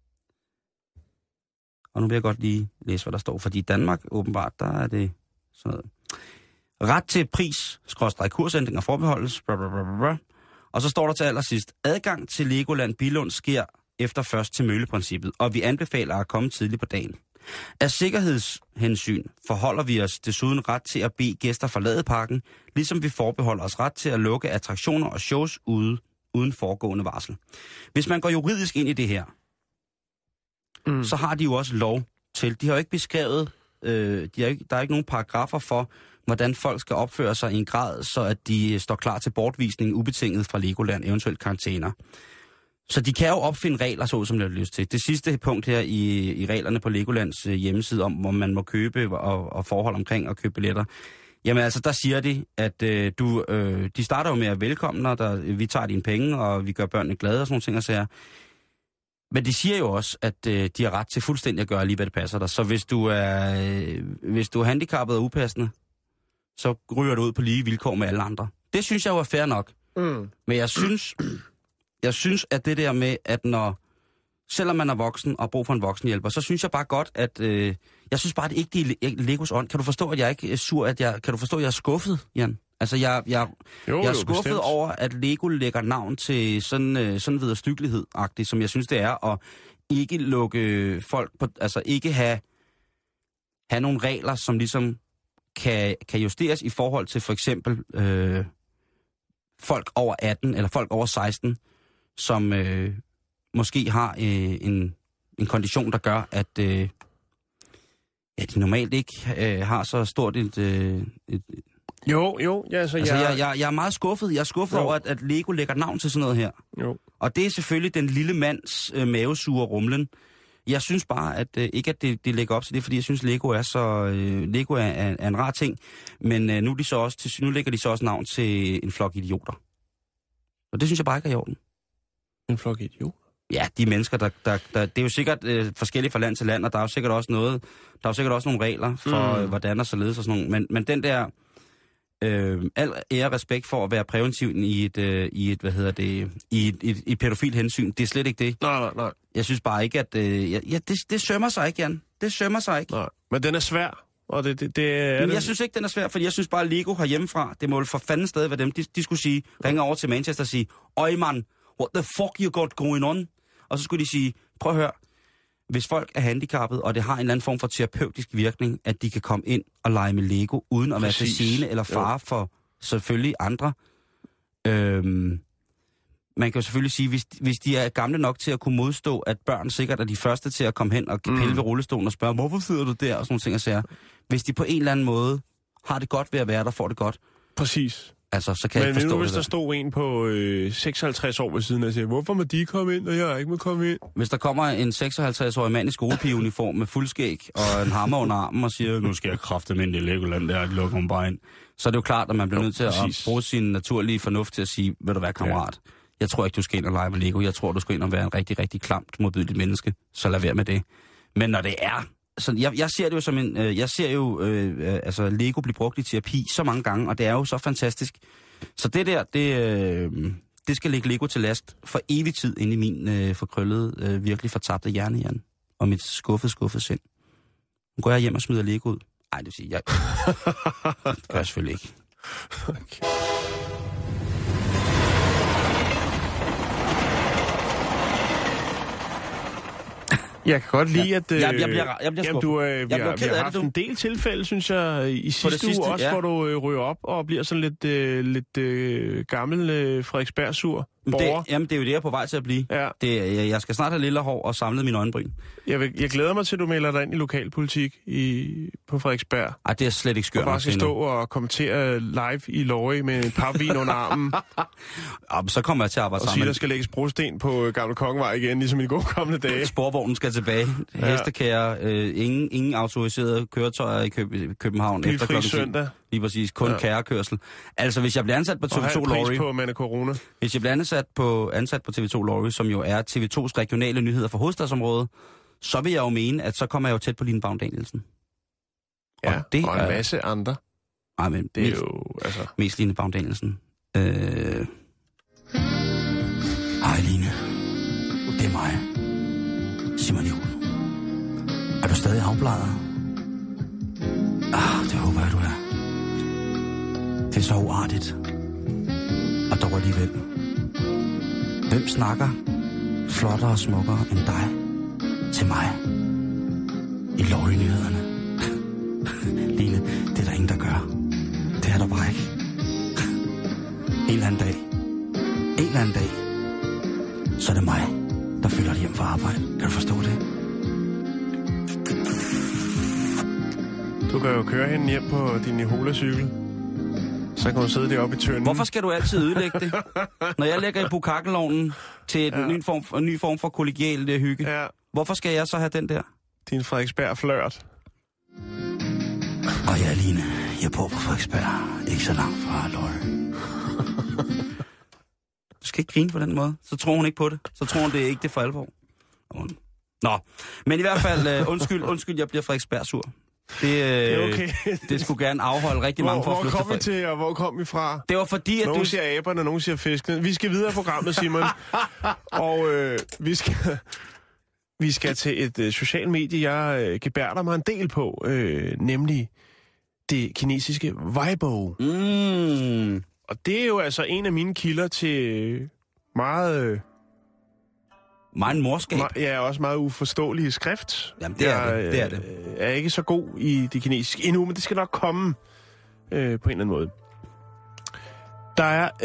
Speaker 4: Og nu vil jeg godt lige læse, hvad der står, fordi i Danmark åbenbart, der er det sådan noget. Ret til pris, kursændring og forbeholdes, og så står der til allersidst, adgang til Legoland Billund sker efter først til mølleprincippet, og vi anbefaler at komme tidligt på dagen. Af sikkerhedshensyn forholder vi os desuden ret til at bede gæster forlade parken, ligesom vi forbeholder os ret til at lukke attraktioner og shows uden foregående varsel. Hvis man går juridisk ind i det her, så har de jo også lov til. De har jo ikke beskrevet, der er ikke nogen paragrafer for, hvordan folk skal opføre sig i en grad, så at de står klar til bortvisning ubetinget fra Legoland, eventuelt karantæner. Så de kan jo opfinde regler, så som de har lyst til. Det sidste punkt her i reglerne på Legolands hjemmeside om, hvor man må købe og forhold omkring at købe billetter. Jamen altså, der siger de, at de starter jo med at velkomne, og vi tager dine penge, og vi gør børnene glade og sådan nogle ting og sager. Men de siger jo også, at de har ret til fuldstændig at gøre lige, hvad det passer dig. Så hvis du er handicappet og upassende, så ryger du ud på lige vilkår med alle andre. Det synes jeg jo er fair nok. Mm. Men jeg synes, at det der med, at selvom man er voksen og brug for en voksenhjælper, så synes jeg bare godt, at jeg synes bare, at det ikke er Legos ånd. Kan du forstå, at jeg ikke er sur, kan du forstå, at jeg er skuffet, Jan? Altså, jeg er skuffet bestemt over, at Lego lægger navn til sådan vederstyggelighed-agtigt, som jeg synes, det er, og ikke lukke folk på, altså ikke have nogle regler, som ligesom kan justeres i forhold til for eksempel folk over 18 eller folk over 16, som måske har en kondition, der gør, at de normalt ikke har så stort et
Speaker 5: Jo. Ja,
Speaker 4: jeg er meget skuffet. Jeg er skuffet over, at Lego lægger navn til sådan noget her. Jo. Og det er selvfølgelig den lille mands mavesure rumlen. Jeg synes bare, at ikke at det lægger op til det, fordi jeg synes, Lego er en rar ting. Men nu lægger de så også navn til en flok idioter. Og det synes jeg bare ikke er i orden.
Speaker 5: En flok idioter?
Speaker 4: Ja, de mennesker, der det er jo sikkert forskelligt fra land til land, og der er jo sikkert også nogle regler for, hvordan og således og sådan nogle. Men den der al ære respekt for at være præventiv i et pædofil hensyn, det er slet ikke det.
Speaker 5: Nej.
Speaker 4: Jeg synes bare ikke, at det sømmer sig ikke, Jan. Det sømmer sig ikke.
Speaker 5: Nej, men den er svær. Og det
Speaker 4: men jeg synes ikke, den er svær, fordi jeg synes bare, at Lego har hjemmefra, det må for fanden stadig være dem, de skulle sige, ringe over til Manchester og sige, øj mand, what the fuck you got going on? Og så skulle de sige, prøv at høre, hvis folk er handicappet, og det har en eller anden form for terapeutisk virkning, at de kan komme ind og lege med Lego, uden at være til gene eller fare for selvfølgelig andre. Man kan jo selvfølgelig sige, hvis de er gamle nok til at kunne modstå, at børn sikkert er de første til at komme hen og pille ved rullestolen og spørge, hvorfor sidder du der, og sådan nogle ting og sager. Hvis de på en eller anden måde har det godt ved at være der, får det godt.
Speaker 5: Præcis.
Speaker 4: Altså, så kan jeg ikke forstå
Speaker 5: nu, hvis
Speaker 4: det.
Speaker 5: der stod en på 56 år ved siden af og siger, hvorfor må de komme ind, og jeg ikke må komme ind?
Speaker 4: Hvis der kommer en 56-årig mand i skolepigeuniform med fuldskæg og en hammer under armen og siger, nu skal jeg kraftedeme ind i Legoland der, og de lukker mig bare ind, så er det jo klart, at man bliver nødt til at bruge sin naturlige fornuft til at sige, vil du være kammerat? Ja. Jeg tror ikke, du skal ind og lege med Lego. Jeg tror, du skal ind og være en rigtig, rigtig klamt, modbydeligt menneske. Så lad være med det. Men når det er... Så jeg ser det jo som en... Jeg ser jo altså Lego blive brugt i terapi så mange gange, og det er jo så fantastisk. Så det der, det skal ligge Lego til last for evig tid inde i min forkrøllede, virkelig fortabte hjerne, Jan. Og mit skuffede sind. Nu går jeg hjem og smider Lego ud. Ej, det vil sige, det gør jeg selvfølgelig ikke.
Speaker 5: Okay. Jeg kan godt lide, at...
Speaker 4: Jeg bliver skuffet.
Speaker 5: Vi har haft en del tilfælde, synes jeg, i sidste uge også, hvor du ryger op og bliver sådan lidt gammel Frederiksberg-sur borger.
Speaker 4: Jamen, det er jo det, jeg er på vej til at blive.
Speaker 5: Ja.
Speaker 4: Jeg skal snart have lille hår og samle mine øjenbryn.
Speaker 5: Jeg glæder mig til, at du melder dig ind i lokalpolitik på Frederiksberg.
Speaker 4: Ej, det er slet ikke skørt.
Speaker 5: Og bare skal stå og kommentere live i Løje med en papvin under armen.
Speaker 4: Så kommer jeg til at arbejde sammen.
Speaker 5: Og sige, der skal lægges brosten på Gamle Kongevej igen, ligesom i de gode gamle dage.
Speaker 4: Sporvognen skal tilbage. Ja. Hestekære, ingen autoriserede køretøjer i København.
Speaker 5: Efter klokken søndag.
Speaker 4: Lige præcis. Kun kærekørsel. Altså, hvis jeg bliver ansat på TV2 Lorry...
Speaker 5: på Manne Corona.
Speaker 4: Hvis jeg bliver ansat på TV2 Lorry, som jo er TV2's regionale nyheder for hovedstadsområdet, så vil jeg jo mene, at så kommer jeg jo tæt på Line Baun-Danielsen.
Speaker 5: Ja, og en masse andre.
Speaker 4: Ej, men
Speaker 5: det er jo, altså...
Speaker 4: Mest Line Baun-Danielsen. Hej Line. Det er mig. Simon Juhl. Er du stadig afbladet? Det håber jeg, du er. Det er så uartigt. Og dog alligevel. Hvem snakker flottere og smukkere end dig til mig i Løje-nyhederne? Line, det er der ingen, der gør. Det er der bare ikke. En eller anden dag, så er det mig, der følger dig hjem fra arbejde. Kan du forstå det?
Speaker 5: Du kan jo køre hende hjem på din Nihola-cykel. Så kan hun sidde deroppe i tønden.
Speaker 4: Hvorfor skal du altid ødelægge det? Når jeg lægger i bukakkelovnen til en ny form for kollegial hygge. Ja. Hvorfor skal jeg så have den der?
Speaker 5: Din Frederiksberg-flørt.
Speaker 4: Og jeg, Line, jeg bor på Frederiksberg. Ikke så langt fra Løje. Du skal ikke grine på den måde. Så tror hun ikke på det. Så tror hun, det er ikke det for alvor. Nå, men i hvert fald, undskyld, jeg bliver Frederiksberg-sur. Det er okay. Det skulle gerne afholde rigtig mange for at flytte.
Speaker 5: Hvor kom vi til, og hvor kom vi fra?
Speaker 4: Det var fordi, at
Speaker 5: nogen siger aberne, nogen siger fiskene. Vi skal videre i programmet, Simon. Og vi skal til et socialt medie, jeg gebærder mig en del på, nemlig det kinesiske Weibo. Og det er jo altså en af mine kilder til meget...
Speaker 4: Meget morskab.
Speaker 5: Ja, også meget uforståelig skrift.
Speaker 4: Jamen, det er det.
Speaker 5: Er ikke så god i det kinesiske endnu, men det skal nok komme på en eller anden måde. Der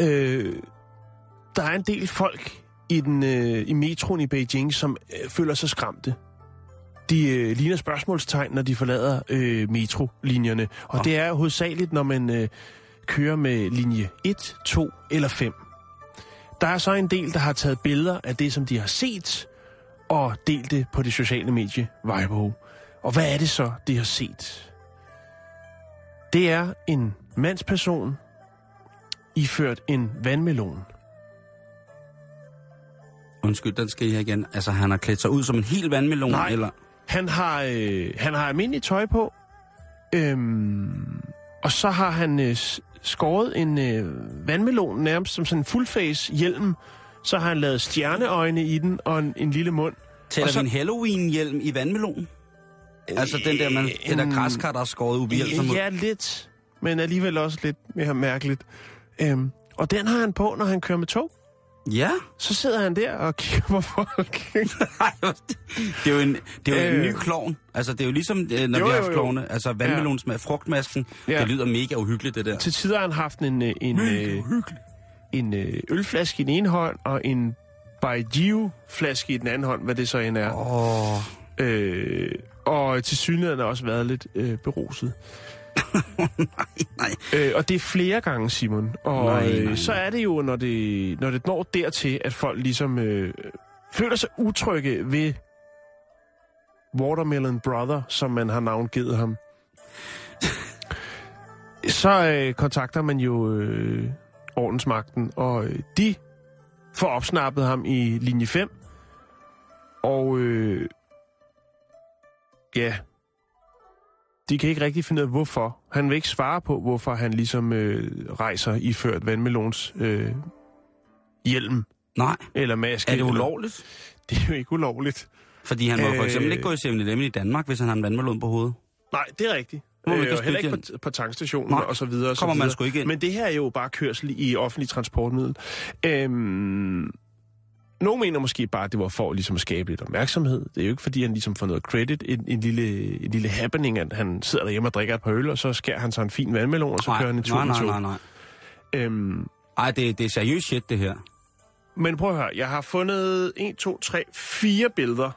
Speaker 5: er en del folk i metroen i Beijing, som føler sig skræmte. De ligner spørgsmålstegn, når de forlader metrolinjerne. Og det er hovedsageligt, når man kører med linje 1, 2 eller 5. Der er så en del, der har taget billeder af det, som de har set, og delt det på det sociale medie Weibo. Og hvad er det så, de har set? Det er en mandsperson iført en vandmelon. Undskyld,
Speaker 4: den skal I have igen. Altså, han har klædt sig ud som en hel vandmelon?
Speaker 5: Nej,
Speaker 4: eller?
Speaker 5: Han har almindeligt tøj på, og så har han skåret en vandmelon nærmest som sådan en fullface hjelm. Så har han lavet stjerneøjne i den og en lille mund.
Speaker 4: Tæller vi en Halloween-hjelm i vandmelon? Altså den der, den der græskar, der er skåret ud i hjelm?
Speaker 5: Ja, lidt. Men alligevel også lidt mere mærkeligt. Og den har han på, når han kører med tog.
Speaker 4: Ja.
Speaker 5: Så sidder han der og kigger på folk.
Speaker 4: Det er jo en ny klovn. Altså, det er jo ligesom, når vi har haft klovne. Altså, vandmelons med frugtmasken. Ja. Det lyder mega uhyggeligt, det der.
Speaker 5: Til tider har han haft en ølflaske i den ene hånd, og en Baijiu-flaske i den anden hånd, hvad det så end er. Og til synligheden har også været lidt beruset. Nej. Og det er flere gange, Simon. Og nej. Så er det jo, når det når dertil, at folk ligesom føler sig utrygge ved Watermelon Brother, som man har navngivet ham. Så kontakter man jo ordensmagten, og de får opsnappet ham i linje 5. Og de kan ikke rigtig finde ud af, hvorfor. Han vil ikke svare på, hvorfor han ligesom rejser iført vandmelons hjelm.
Speaker 4: Nej.
Speaker 5: Eller maske.
Speaker 4: Er det ulovligt?
Speaker 5: Det er jo ikke ulovligt.
Speaker 4: Fordi han må for eksempel ikke gå i 7-Eleven i Danmark, hvis han har en vandmelon på hovedet.
Speaker 5: Nej, det er rigtigt. Og heller ikke på tankstationen og så videre.
Speaker 4: Kommer man sgu ikke ind.
Speaker 5: Men det her er jo bare kørsel i offentlig transportmiddel. Nogle mener måske bare, at det var for ligesom at skabe lidt opmærksomhed. Det er jo ikke, fordi han ligesom får noget credit. En lille happening, at han sidder derhjemme og drikker et par øl, og så skærer han sig en fin vandmelon, og så kører han en tur med tog.
Speaker 4: Nej. Det er seriøst shit, det her.
Speaker 5: Men prøv at høre, jeg har fundet 1, 2, 3, 4 billeder.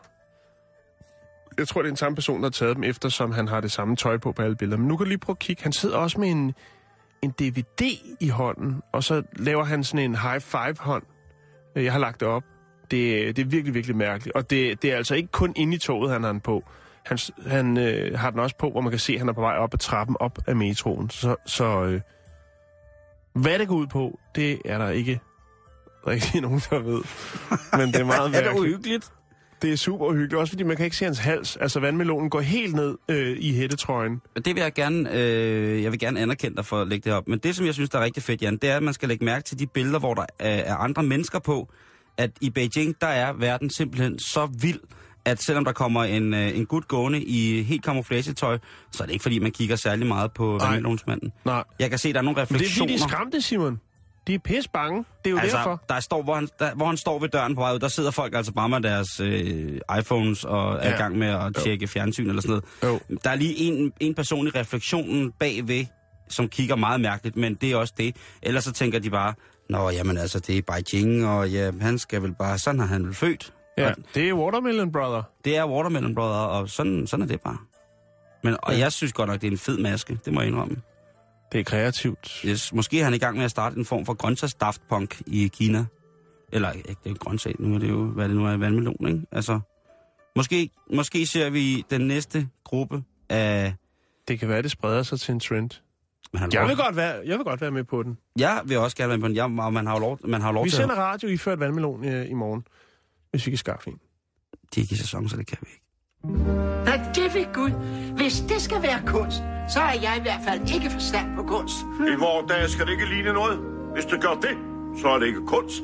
Speaker 5: Jeg tror, det er den samme person, der har taget dem, eftersom han har det samme tøj på alle billeder. Men nu kan du lige prøve at kigge. Han sidder også med en DVD i hånden, og så laver han sådan en high-five-hånd. Jeg har lagt det op. Det er virkelig, virkelig mærkeligt. Og det er altså ikke kun inde i toget, han har den på. Han har den også på, hvor man kan se, at han er på vej op ad trappen op af metroen. Så hvad det går ud på, det er der ikke rigtig nogen, der ved. Men det er meget mærkeligt.
Speaker 4: Er det uhyggeligt?
Speaker 5: Det er super uhyggeligt, også fordi man kan ikke se hans hals. Altså vandmelonen går helt ned i hættetrøjen.
Speaker 4: Det vil jeg gerne, jeg vil gerne anerkende dig for at lægge det op. Men det, som jeg synes, der er rigtig fedt, Jan, det er, at man skal lægge mærke til de billeder, hvor der er andre mennesker på. At i Beijing, der er verden simpelthen så vild, at selvom der kommer en gut gående i helt camouflagetøj, så er det ikke, fordi man kigger særlig meget på vandmelonsmanden. Nej. Jeg kan se, der er nogle refleksioner.
Speaker 5: Men det er fordi, de skræmte, Simon. De er pisse bange. Det er jo altså, derfor.
Speaker 4: Der står, hvor han står ved døren på vej ud, der sidder folk altså bare med deres iPhones og er i gang med at tjekke fjernsyn eller sådan noget. Jo. Der er lige en person i refleksionen bagved, som kigger meget mærkeligt, men det er også det. Ellers så tænker de bare, nå, jamen altså, det er Beijing, og ja, han skal vel bare, sådan har han vel født.
Speaker 5: Ja, og det er Watermelon Brother.
Speaker 4: Det er Watermelon Brother, og sådan er det bare. Men, og jeg synes godt nok, det er en fed maske, det må jeg indrømme.
Speaker 5: Det er kreativt.
Speaker 4: Yes, måske er han i gang med at starte en form for grøntsagsdaftpunk i Kina. Eller, ikke, det er jo grøntsag, nu er det jo, hvad det nu er, vandmelon, ikke? Altså, måske ser vi den næste gruppe af...
Speaker 5: Det kan være, det spreder sig til en trend. Jeg vil godt være med på den.
Speaker 4: Jeg vil også gerne være med på den. Man har jo lov
Speaker 5: vi
Speaker 4: til...
Speaker 5: sender radio i ført vandmelon i morgen, hvis vi kan skaffe en.
Speaker 4: De er ikke i sæson, så det kan vi ikke.
Speaker 7: Nej, det ved Gud. Hvis det skal være kunst, så er jeg i hvert fald ikke forstand på kunst.
Speaker 8: I vores dag skal det ikke ligne noget. Hvis det gør det, så er det ikke kunst.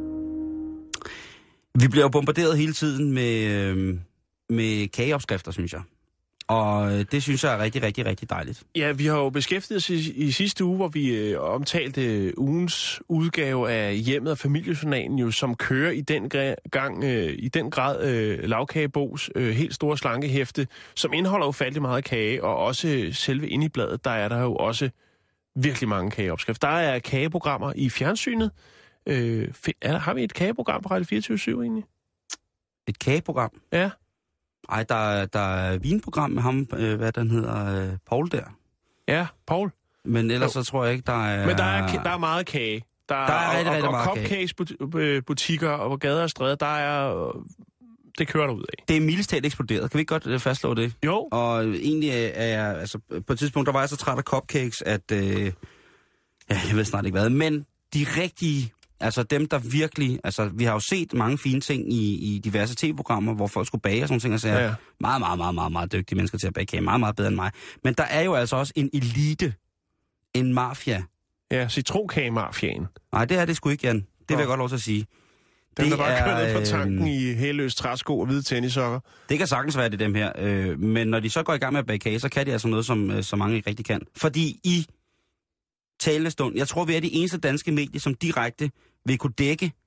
Speaker 4: Vi bliver jo bombarderet hele tiden med kageopskrifter, synes jeg. Og det synes jeg er rigtig, rigtig, rigtig dejligt.
Speaker 5: Ja, vi har jo beskæftiget os i sidste uge, hvor vi omtalte ugens udgave af Hjemmet og Familiejournalen, jo, som kører i den grad Lagkagebogs helt store slankehæfte, som indeholder ufattelig meget kage, og også selve inde i bladet, der er der jo også virkelig mange kageopskrifter. Der er kageprogrammer i fjernsynet. Har vi et kageprogram på Radio 24/7 egentlig?
Speaker 4: Et kageprogram?
Speaker 5: Ja.
Speaker 4: Ej, der er vinprogram med ham, hvad den hedder, Paul der.
Speaker 5: Ja, Paul.
Speaker 4: Men ellers så tror jeg ikke, der er...
Speaker 5: Men der er meget kage. Der er rigtig meget cupcakes-butikker og på gader og stræder, det kører der ud af. Det
Speaker 4: er mildest talt eksploderet. Kan vi ikke godt fastslå det?
Speaker 5: Jo. Og
Speaker 4: egentlig er jeg... Altså, på et tidspunkt, der var jeg så træt af cupcakes, at... jeg ved snart ikke hvad. Men de rigtige... Altså dem, der virkelig... Altså, vi har jo set mange fine ting i diverse tv-programmer, hvor folk skulle bage og sådan ting, og så er meget, meget, meget, meget, meget dygtige mennesker til at bage kage. Meget, meget bedre end mig. Men der er jo altså også en elite. En mafia.
Speaker 5: Ja, citronkage-mafiaen.
Speaker 4: Nej, det er det sgu ikke, Jan. Det vil jeg godt lov til at sige.
Speaker 5: Den, der bare kører ned på tanken i hæløs træsko og hvide tennissokker.
Speaker 4: Det kan sagtens være det dem her. Men når de så går i gang med at bage kage, så kan de altså noget, som så mange ikke rigtig kan. Fordi i talende stund, jeg tror, vi er de eneste danske medier, som direkte vil kunne dække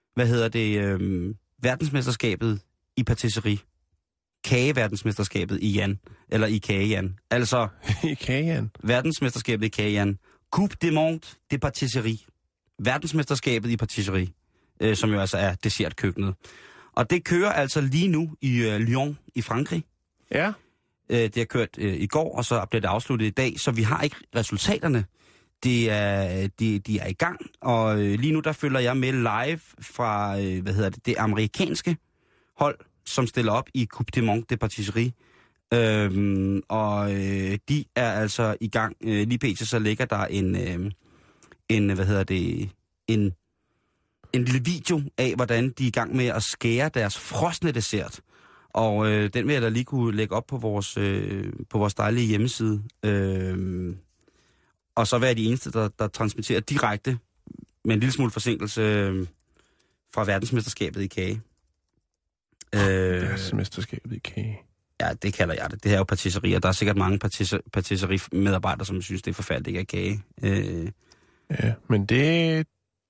Speaker 4: verdensmesterskabet i patisserie. Kageverdensmesterskabet i Jan. Eller i Kage-Jan. Altså...
Speaker 5: I Kage-Jan.
Speaker 4: Verdensmesterskabet i Kage-Jan. Coupe du monde de patisserie. Verdensmesterskabet i patisserie. Som jo altså er dessertkøkkenet. Og det kører altså lige nu i Lyon i Frankrig.
Speaker 5: Ja.
Speaker 4: Det har kørt i går, og så bliver det afsluttet i dag, så vi har ikke resultaterne. De er i gang, og lige nu der følger jeg med live fra det amerikanske hold, som stiller op i Coupe du monde de patisserie. De er altså i gang. Lige pt. Så ligger der en lille video af, hvordan de er i gang med at skære deres frosne dessert. Og den vil jeg da lige kunne lægge op på vores dejlige hjemmeside. Og så være de eneste, der transmitterer direkte med en lille smule forsinkelse fra verdensmesterskabet i kage.
Speaker 5: Verdensmesterskabet i kage.
Speaker 4: Ja, det kalder jeg det. Det her er jo patisserie, og der er sikkert mange patisserie-medarbejdere, som synes, det er forfærdeligt at kage.
Speaker 5: Ja, men det...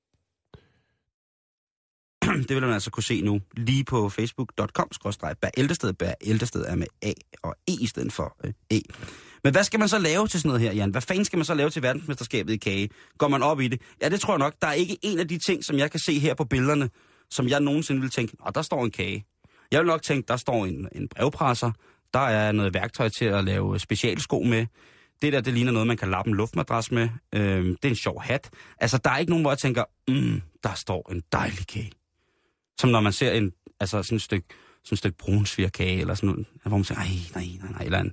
Speaker 4: Det vil man altså kunne se nu, lige på facebook.com/bærældested. Bærældested er med A og E i stedet for E. Men hvad skal man så lave til sådan noget her, Jan? Hvad fanden skal man så lave til verdensmesterskabet i kage? Går man op i det? Ja, det tror jeg nok. Der er ikke en af de ting, som jeg kan se her på billederne, som jeg nogensinde vil tænke, der står en kage. Jeg vil nok tænke, der står en brevpresser. Der er noget værktøj til at lave specialsko med. Det ligner noget, man kan lappe en luftmadras med. Det er en sjov hat. Altså, der er ikke nogen, hvor jeg tænker, der står en dejlig kage. Som når man ser sådan et stykke brunsvigerkage, eller sådan noget, hvor man siger, nej, eller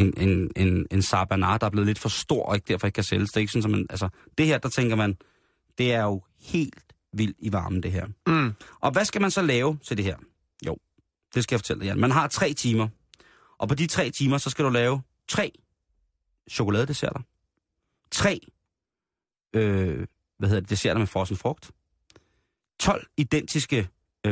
Speaker 4: en sabanar, der er blevet lidt for stor, og ikke derfor ikke kan sælges. Det er ikke sådan, som man, altså, det her, der tænker man, det er jo helt vildt i varmen, det her. Og hvad skal man så lave til det her? Jo, det skal jeg fortælle dig, Jan. Man har 3 timer, og på de 3 timer, så skal du lave 3 chokoladedesserter, 3 desserter med frossen frugt, 12 identiske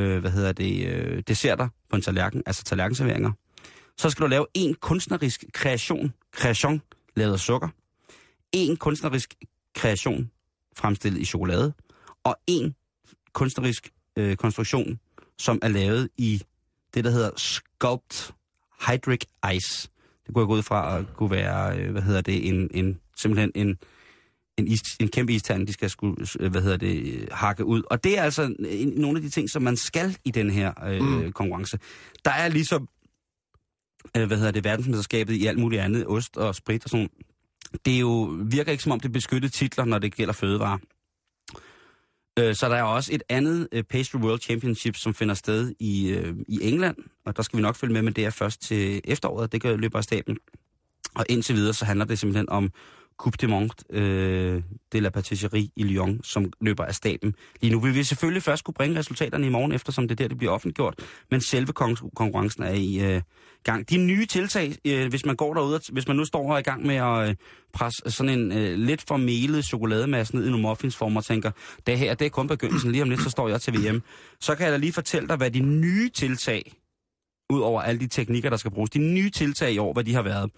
Speaker 4: desserter på en tallerken, altså tallerkenserveringer. Så skal du lave en kunstnerisk creation lavet af sukker, en kunstnerisk kreation fremstillet i chokolade, og en kunstnerisk konstruktion, som er lavet i det, der hedder Sculpt Hydric Ice. Det kunne jeg gå ud fra at kunne være, simpelthen en kæmpe istand, de skal hakke ud. Og det er altså nogle af de ting, som man skal i den her konkurrence. Der er ligesom, verdensmesterskabet i alt muligt andet, ost og sprit og sådan. Det virker ikke som om det er beskyttede titler, når det gælder fødevarer. Så der er også et andet Pastry World Championship, som finder sted i England, og der skal vi nok følge med, men det er først til efteråret, det løber af staben. Og indtil videre, så handler det simpelthen om Coupe du monde de la patisserie i Lyon, som løber af staben lige nu. Vi vil selvfølgelig først kunne bringe resultaterne i morgen, eftersom det er der, det bliver offentliggjort, men selve konkurrencen er i gang. De nye tiltag, hvis man går derude, hvis man nu står her i gang med at presse sådan en lidt for melet chokolademasse ned i nogle muffinsformer og tænker, det her, det er kun begyndelsen, lige om lidt, så står jeg til VM. Så kan jeg da lige fortælle dig, hvad de nye tiltag, ud over alle de teknikker, der skal bruges, de nye tiltag i år, hvad de har været.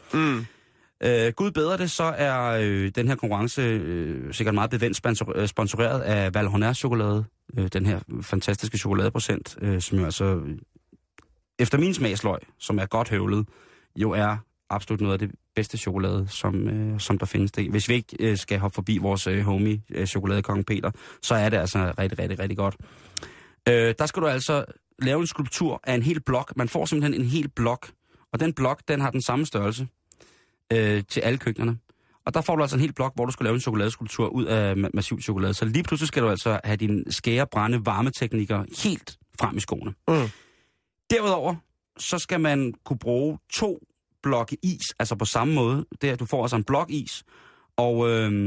Speaker 4: Gud bedre det, så er den her konkurrence sikkert meget bevendt sponsoreret af Valrhona chokolade. Den her fantastiske chokoladeprocent, som jo altså efter min smagsløg, som er godt høvlet, jo er absolut noget af det bedste chokolade, som der findes. Hvis vi ikke skal hoppe forbi vores homie, chokoladekongen Peter, så er det altså rigtig, rigtig, rigtig godt. Der skal du altså lave en skulptur af en hel blok. Man får simpelthen en hel blok, og den blok, den har den samme størrelse til alle køkkenerne. Og der får du altså en hel blok, hvor du skal lave en chokoladeskulptur ud af massiv chokolade. Så lige pludselig skal du altså have dine skære, brænde, varmeteknikker helt frem i skoene. Derudover, så skal man kunne bruge 2 blokke is, altså på samme måde. Du får altså en blok is, og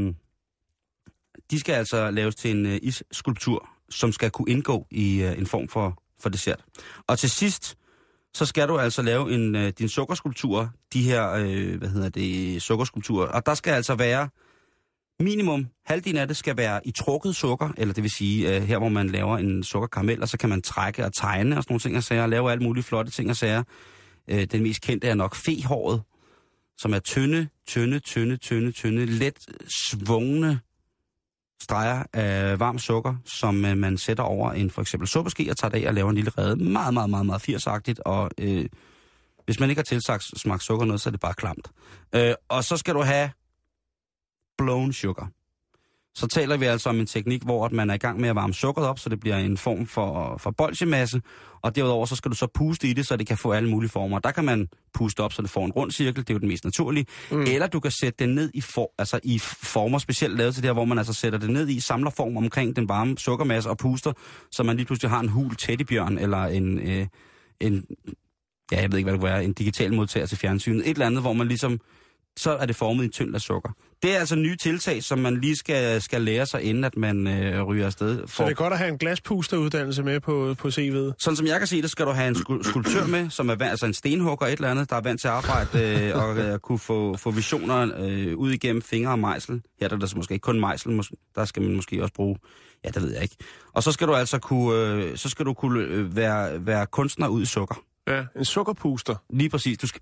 Speaker 4: de skal altså laves til en isskulptur, som skal kunne indgå i en form for dessert. Og til sidst, så skal du altså lave din sukkerskulptur, de her, sukkerskulpturer. Og der skal altså være minimum, halvdelen af det skal være i trukket sukker, eller det vil sige, her hvor man laver en sukkerkaramel, og så kan man trække og tegne og sådan nogle ting og sager, og lave alle mulige flotte ting og sager. Den mest kendte er nok fehåret, som er tynde, let svungne streger af varmt sukker, som man sætter over en for eksempel suppeske og tager det af og laver en lille rede. Meget, meget, meget, meget 80'agtigt, og hvis man ikke har tilsmagt sukker noget, så er det bare klamt. Og så skal du have blown sugar. Så taler vi altså om en teknik, hvor man er i gang med at varme sukkeret op, så det bliver en form for bolsjemasse, og derudover så skal du så puste i det, så det kan få alle mulige former. Der kan man puste op, så det får en rund cirkel, det er jo den mest naturlige, eller du kan sætte det ned i former specielt lavet til det her, hvor man altså sætter det ned i, samler form omkring den varme sukkermasse og puster, så man lige pludselig har en hul teddybjørn, eller jeg ved ikke, hvad det kunne være, en digital modtager til fjernsynet, et eller andet, hvor man ligesom, så er det formet i en tynd lag sukker. Det er altså nye tiltag, som man lige skal lære sig, inden at man ryger afsted.
Speaker 5: Så det er godt at have en glaspusteruddannelse med på CV'et?
Speaker 4: Sådan som jeg kan se det, skal du have en skulptør med, som er altså en stenhugger, et eller andet, der er vant til at arbejde og kunne få visioner ud igennem fingre og mejsel. Her er der måske ikke kun mejsel, der skal man måske også bruge, ja, det ved jeg ikke. Og så skal du altså kunne være kunstner ud i sukker.
Speaker 5: Ja, en sukkerpuster.
Speaker 4: Lige præcis. Du skal...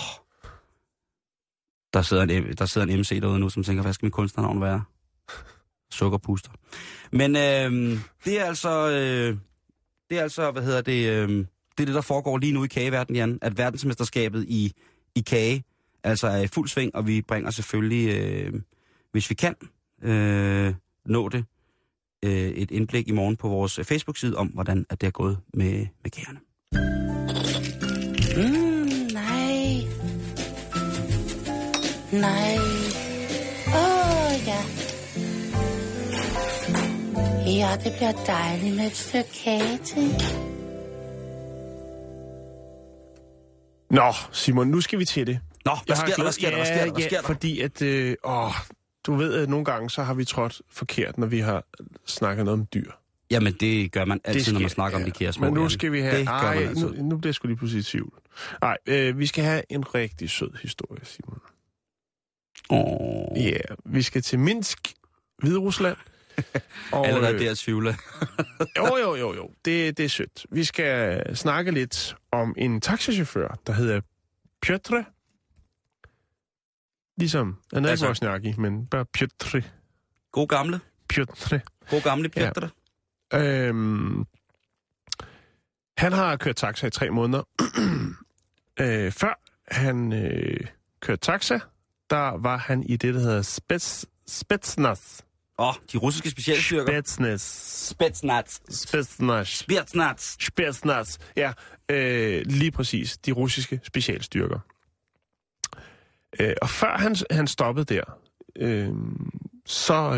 Speaker 4: Der sidder en MC derude nu, som tænker, hvad skal min kunstnernavn være? Sukkerpuster. Men det er altså, det er det, der foregår lige nu i kageverdenen, Jan. At verdensmesterskabet i kage altså er i fuld sving, og vi bringer selvfølgelig, hvis vi kan nå det, et indblik i morgen på vores Facebook-side om, hvordan at det er gået med kagerne.
Speaker 9: Nej. Ja. Ja, det bliver dejligt med et stykke kage til.
Speaker 5: Nå, Simon, nu skal vi til det.
Speaker 4: Nå, hvad sker der?
Speaker 5: Fordi at, du ved, at nogle gange så har vi trådt forkert, når vi har snakket noget om dyr.
Speaker 4: Jamen, det gør man altid, når man snakker om de kære små.
Speaker 5: Men nu skal vi have...
Speaker 4: Nu
Speaker 5: bliver jeg sgu lige pludselig i tvivl. Nej, vi skal have en rigtig sød historie, Simon. Ja, vi skal til Minsk, Hviderusland.
Speaker 4: Allerede der tvivler.
Speaker 5: Jo. Det er sødt. Vi skal snakke lidt om en taxichauffør, der hedder Piotr. Ligesom André Wozniacki, men bare Piotr.
Speaker 4: God gamle.
Speaker 5: Piotr.
Speaker 4: God gamle Piotr.
Speaker 5: Ja. Han har kørt taxa i 3 måneder. Før han kørte taxa, der var han i det, der hedder Spetsnaz.
Speaker 4: De russiske specialstyrker.
Speaker 5: Spetsnaz. Ja, lige præcis. De russiske specialstyrker. Og før han stoppede der, så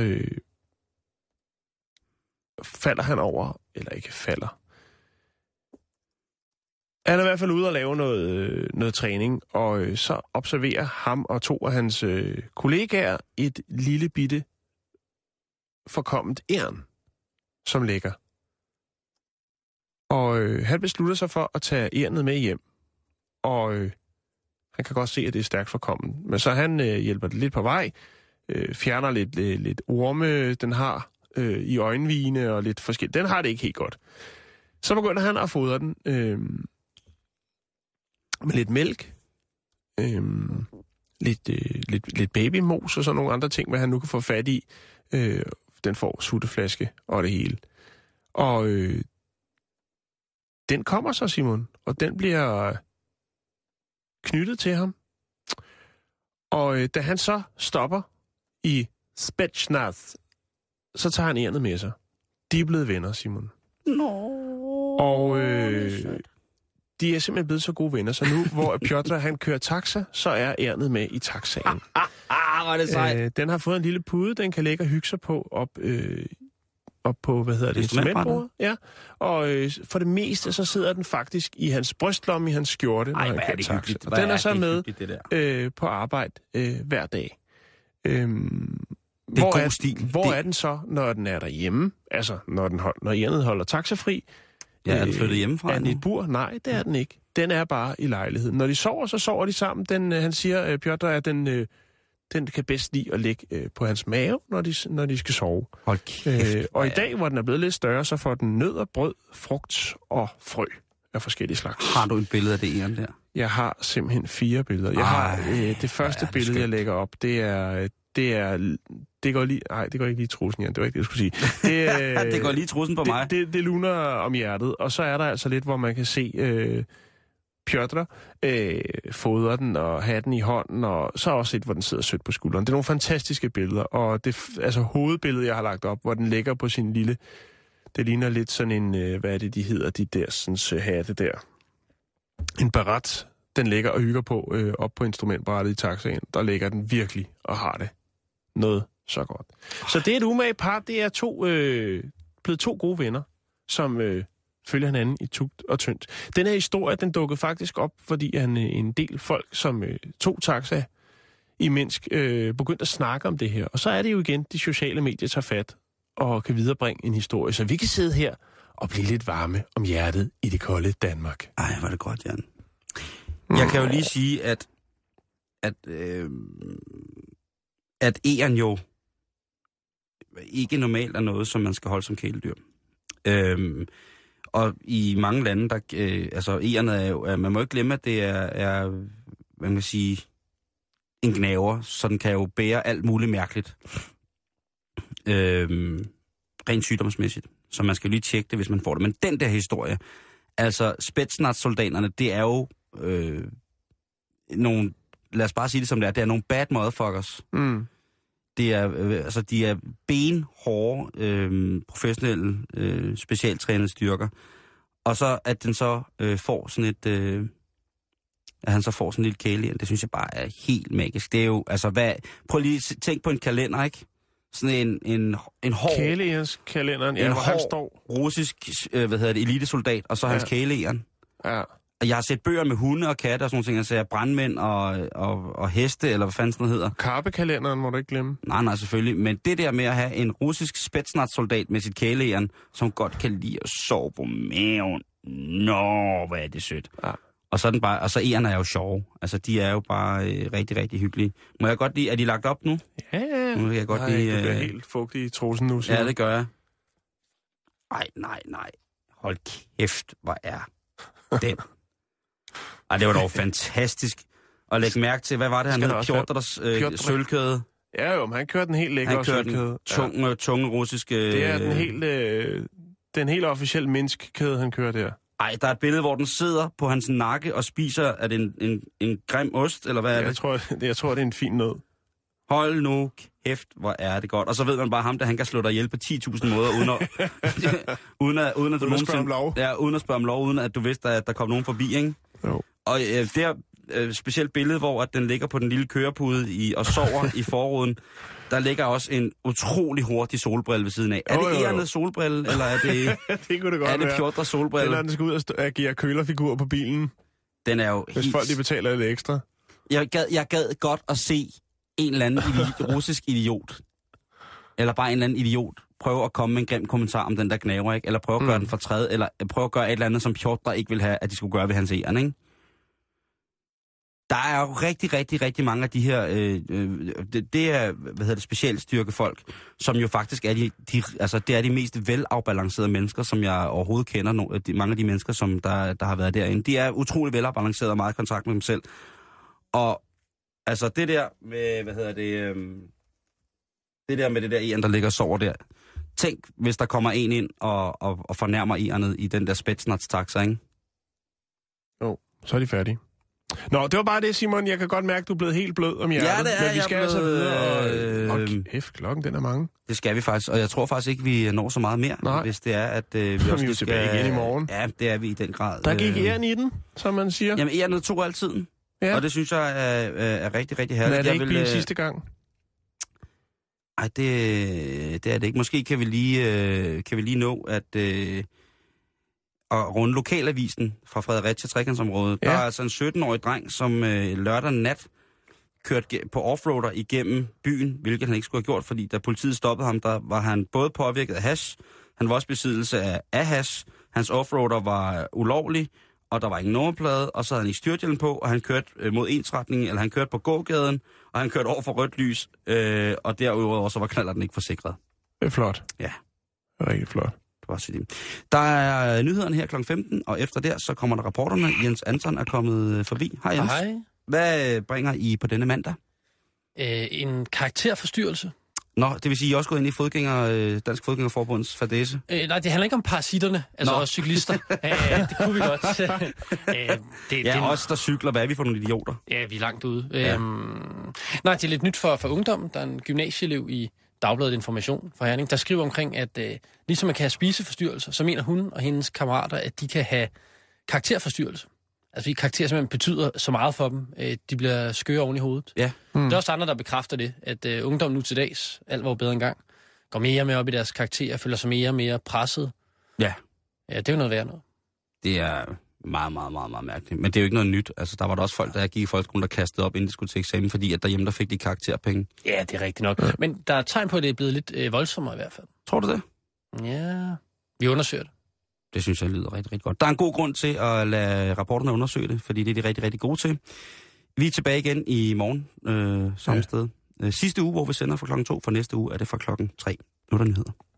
Speaker 5: falder han over, eller ikke falder. Han er i hvert fald ude og lave noget træning, og så observerer ham og 2 af hans kollegaer et lille bitte forkommet ærn, som ligger. Og han beslutter sig for at tage ærnet med hjem, og han kan godt se, at det er stærkt forkommet. Men så han hjælper det lidt på vej, fjerner lidt orme, den har i øjenvigene og lidt forskelligt. Den har det ikke helt godt. Så begynder han at fodre den med lidt mælk, lidt babymos og sådan nogle andre ting, hvad han nu kan få fat i. Den får sutteflaske og det hele. Og den kommer så, Simon, og den bliver knyttet til ham. Og da han så stopper i Spetsnaz, så tager han ærnet med sig. De er blevet venner, Simon. Og de er simpelthen blevet så gode venner, så nu, hvor Piotr han kører taxa, så er ærnet med i taxaen.
Speaker 4: Hvor er det sejt.
Speaker 5: Den har fået en lille pude, den kan lægge og hygge sig på op på, instrumentbordet. Ja. Og for det meste, så sidder den faktisk i hans brystlomme, i hans skjorte, når han kører taxa. Og den er så med på arbejde hver dag. Hvor er den så, når den er derhjemme? Altså, når ærnet holder taxafri?
Speaker 4: Ja, er den flyttet hjemmefra?
Speaker 5: Er den i et bur? Nej, det er den ikke. Den er bare i lejligheden. Når de sover, så sover de sammen. Han siger, Piotr, at den kan bedst lide at ligge på hans mave, når de skal sove.
Speaker 4: Hold kæft,
Speaker 5: og i dag, hvor den er blevet lidt større, så får den nødder, brød, frugt og frø af forskellige slags.
Speaker 4: Har du et billede af det ene der?
Speaker 5: Jeg har simpelthen 4 billeder. Jeg har det første billede, jeg lægger op, det er det går lige... Nej, det går ikke lige i trussen, Jan. Det var ikke det, jeg skulle sige.
Speaker 4: Det går lige i trussen på mig.
Speaker 5: Det luner om hjertet. Og så er der altså lidt, hvor man kan se Piotr fodre den og have den i hånden, og så også et, hvor den sidder sødt på skulderen. Det er nogle fantastiske billeder, og det altså hovedbilledet, jeg har lagt op, hvor den ligger på sin lille... Det ligner lidt sådan en... hvad er det, de hedder, de der sådan, hatte der? En barat. Den ligger og hygger på op på instrumentbrættet i taxaen. Der ligger den virkelig og har det noget så godt. Så det er et umage par. Det er blevet to gode venner, som følger hinanden i tugt og tyndt. Den her historie, den dukkede faktisk op, fordi en del folk, som tog taxa i Minsk, begyndte at snakke om det her. Og så er det jo igen, de sociale medier tager fat og kan viderebringe en historie. Så vi kan sidde her og blive lidt varme om hjertet i det kolde Danmark.
Speaker 4: Ej, var det godt, Jan. Jeg kan jo lige sige, at egern jo ikke normalt er noget, som man skal holde som kæledyr. Og i mange lande, der altså egernet er jo, man må ikke glemme, at det er hvad man sige, en gnaver, så den kan jo bære alt muligt mærkeligt. Rent sygdomsmæssigt. Så man skal lige tjekke det, hvis man får det. Men den der historie, altså Spetsnaz-soldaterne, det er jo nogle, lad os bare sige det som det er nogle bad motherfuckers. Mm. Det er, altså de er benhårde, professionelle, specialtrænede styrker. Og så, at den så får sådan et, at han så får sådan en lille kæleand, det synes jeg bare er helt magisk. Det er jo, altså prøv lige at tænk på en kalender, ikke? Sådan en hård...
Speaker 5: Kæleandskalenderen, ja, hvor han står.
Speaker 4: Russisk, elitesoldat, og så hans kæleand.
Speaker 5: Ja.
Speaker 4: Jeg har set bøger med hunde og katte og sådan nogle ting, altså brandmænd og heste, eller hvad fanden sådan noget hedder.
Speaker 5: Karpekalenderen må du ikke glemme.
Speaker 4: Nej, selvfølgelig. Men det der med at have en russisk Spetsnaz-soldat med sit kæleand, som godt kan lide at sove på maven. Nå, hvad er det sødt. Ja. Og så er den bare, og så egerne er jo sjove. Altså, de er jo bare rigtig, rigtig hyggelige. Må jeg godt lide, er de lagt op nu?
Speaker 5: Ja.
Speaker 4: Nu kan jeg godt lide...
Speaker 5: Du bliver helt fugtig i trussen nu, siger
Speaker 4: Ja, det gør jeg. Nej. Hold kæft, hvor er den. Ej, det var dog fantastisk at lægge mærke til. Hvad var det, han hed? Pjotrs sølvkæde?
Speaker 5: Ja jo, men han kørte den helt lækre sølvkæde.
Speaker 4: Han kørte den tunge russiske...
Speaker 5: Det er den helt officielle Minsk-kæde, han kører der.
Speaker 4: Ej, der er et billede, hvor den sidder på hans nakke og spiser, er det en grim ost, eller hvad er det?
Speaker 5: Jeg tror, det er en fin nød.
Speaker 4: Hold nu kæft, hvor er det godt. Og så ved man bare ham, der han kan slå dig ihjel på 10.000 måder, uden at du
Speaker 5: spørge om lov.
Speaker 4: Ja, uden at spørge om lov, uden at du vidste, at der kom nogen forbi, ikke?
Speaker 5: Jo.
Speaker 4: Og der specielt billede, hvor at den ligger på den lille kørepude og sover i forruden, der ligger også en utrolig hurtig solbrille ved siden af. Er det egernes solbrille, eller er det,
Speaker 5: det kunne det godt
Speaker 4: er det Pjotrs solbrille?
Speaker 5: Eller den skal ud og agere kølerfigur på bilen.
Speaker 4: Den er jo
Speaker 5: hvis folk de betaler lidt ekstra.
Speaker 4: Jeg gad godt at se en eller anden russisk idiot, eller bare en eller anden idiot, prøve at komme med en grim kommentar om den der gnaver, ikke? Eller prøve at gøre den fortræd, eller prøve at gøre et eller andet, som Piotr ikke vil have, at de skulle gøre ved hans egern, ikke? Der er jo rigtig, rigtig, rigtig mange af de her, det er, specialstyrkefolk, som jo faktisk er det er de mest velafbalancerede mennesker, som jeg overhovedet kender. Mange af de mennesker, som der har været derinde, de er utrolig velafbalancerede og meget i kontakt med dem selv. Og altså det der med, det der med det der egern, der ligger og sover der. Tænk, hvis der kommer en ind og fornærmer egernet i den der Spetsnaz-taxa, ikke?
Speaker 5: Jo, så er de færdige. Nå, det var bare det, Simon. Jeg kan godt mærke, at du er blevet helt blød om hjertet.
Speaker 4: Ja, det er.
Speaker 5: Men vi skal altså videre. Og kæft, klokken den er mange.
Speaker 4: Det skal vi faktisk, og jeg tror faktisk ikke, vi når så meget mere.
Speaker 5: Nej.
Speaker 4: Hvis det er, at vi også
Speaker 5: skal... tilbage igen i morgen.
Speaker 4: Ja, det er vi i den grad.
Speaker 5: Der gik æren i den, som man siger.
Speaker 4: Jamen, æren tog altid. Ja. Og det synes jeg er rigtig, rigtig herligt.
Speaker 5: Men er det ikke blive sidste gang?
Speaker 4: Nej, det er det ikke. Måske kan vi lige nå at... Og runde lokalavisen fra Fredericia trekantsområdet. Ja. Der er altså en 17-årig dreng, som lørdag nat kørte på offroader igennem byen, hvilket han ikke skulle have gjort, fordi da politiet stoppede ham, der var han både påvirket af hash, han var også besiddelse af hash, hans offroader var ulovlig, og der var ingen nummerplade, og så havde han ikke styrthjelm på, og han kørte mod ensretningen, eller han kørte på gågaden, og han kørte over for rødt lys, og derudover så var knallerten ikke forsikret.
Speaker 5: Det er flot.
Speaker 4: Ja.
Speaker 5: Det er rigtig flot.
Speaker 4: Der er nyhederne her kl. 15, og efter der, så kommer der rapporterne. Jens Anton er kommet forbi. Hej Jens.
Speaker 10: Hej.
Speaker 4: Hvad bringer I på denne mandag?
Speaker 10: en karakterforstyrrelse.
Speaker 4: Nå, det vil sige, at I også gået ind i Dansk Fodgængerforbunds fadæse?
Speaker 10: Nej, det handler ikke om parasitterne, altså også cyklister. Det kunne vi godt.
Speaker 4: Os, der cykler, hvad er vi for nogle idioter?
Speaker 10: Ja, vi er langt ude. Ja. Nej, det er lidt nyt for ungdommen. Der er en gymnasieelev i Dagbladet Information fra Herning, der skriver omkring, at ligesom man kan have spiseforstyrrelser, så mener hun og hendes kammerater, at de kan have karakterforstyrrelse. Altså fordi karakterer simpelthen betyder så meget for dem. De bliver skøre oven i hovedet. Ja. Det er også andre, der bekræfter det, at ungdom nu til dags, alt var bedre engang, går mere og mere op i deres karakterer, føler sig mere og mere presset. Ja. Ja, det er jo noget værd noget.
Speaker 4: Det er meget, meget, meget, meget mærkeligt. Men det er jo ikke noget nyt. Altså, der var der også folk, der gik i folkeskolen, der kastede op, inden de skulle til eksamen, fordi at derhjemme, der fik de karakterpenge.
Speaker 10: Ja, det er rigtigt nok. Ja. Men der er tegn på, at det er blevet lidt voldsommere i hvert fald.
Speaker 4: Tror du det?
Speaker 10: Ja, vi undersøger det.
Speaker 4: Det synes jeg lyder rigtig, rigtig godt. Der er en god grund til at lade rapporterne undersøge det, fordi det er de rigtig, rigtig gode til. Vi er tilbage igen i morgen samme sted. Sidste uge, hvor vi sender fra klokken 2, for næste uge er det fra klokken 3. Nu er der nyheder.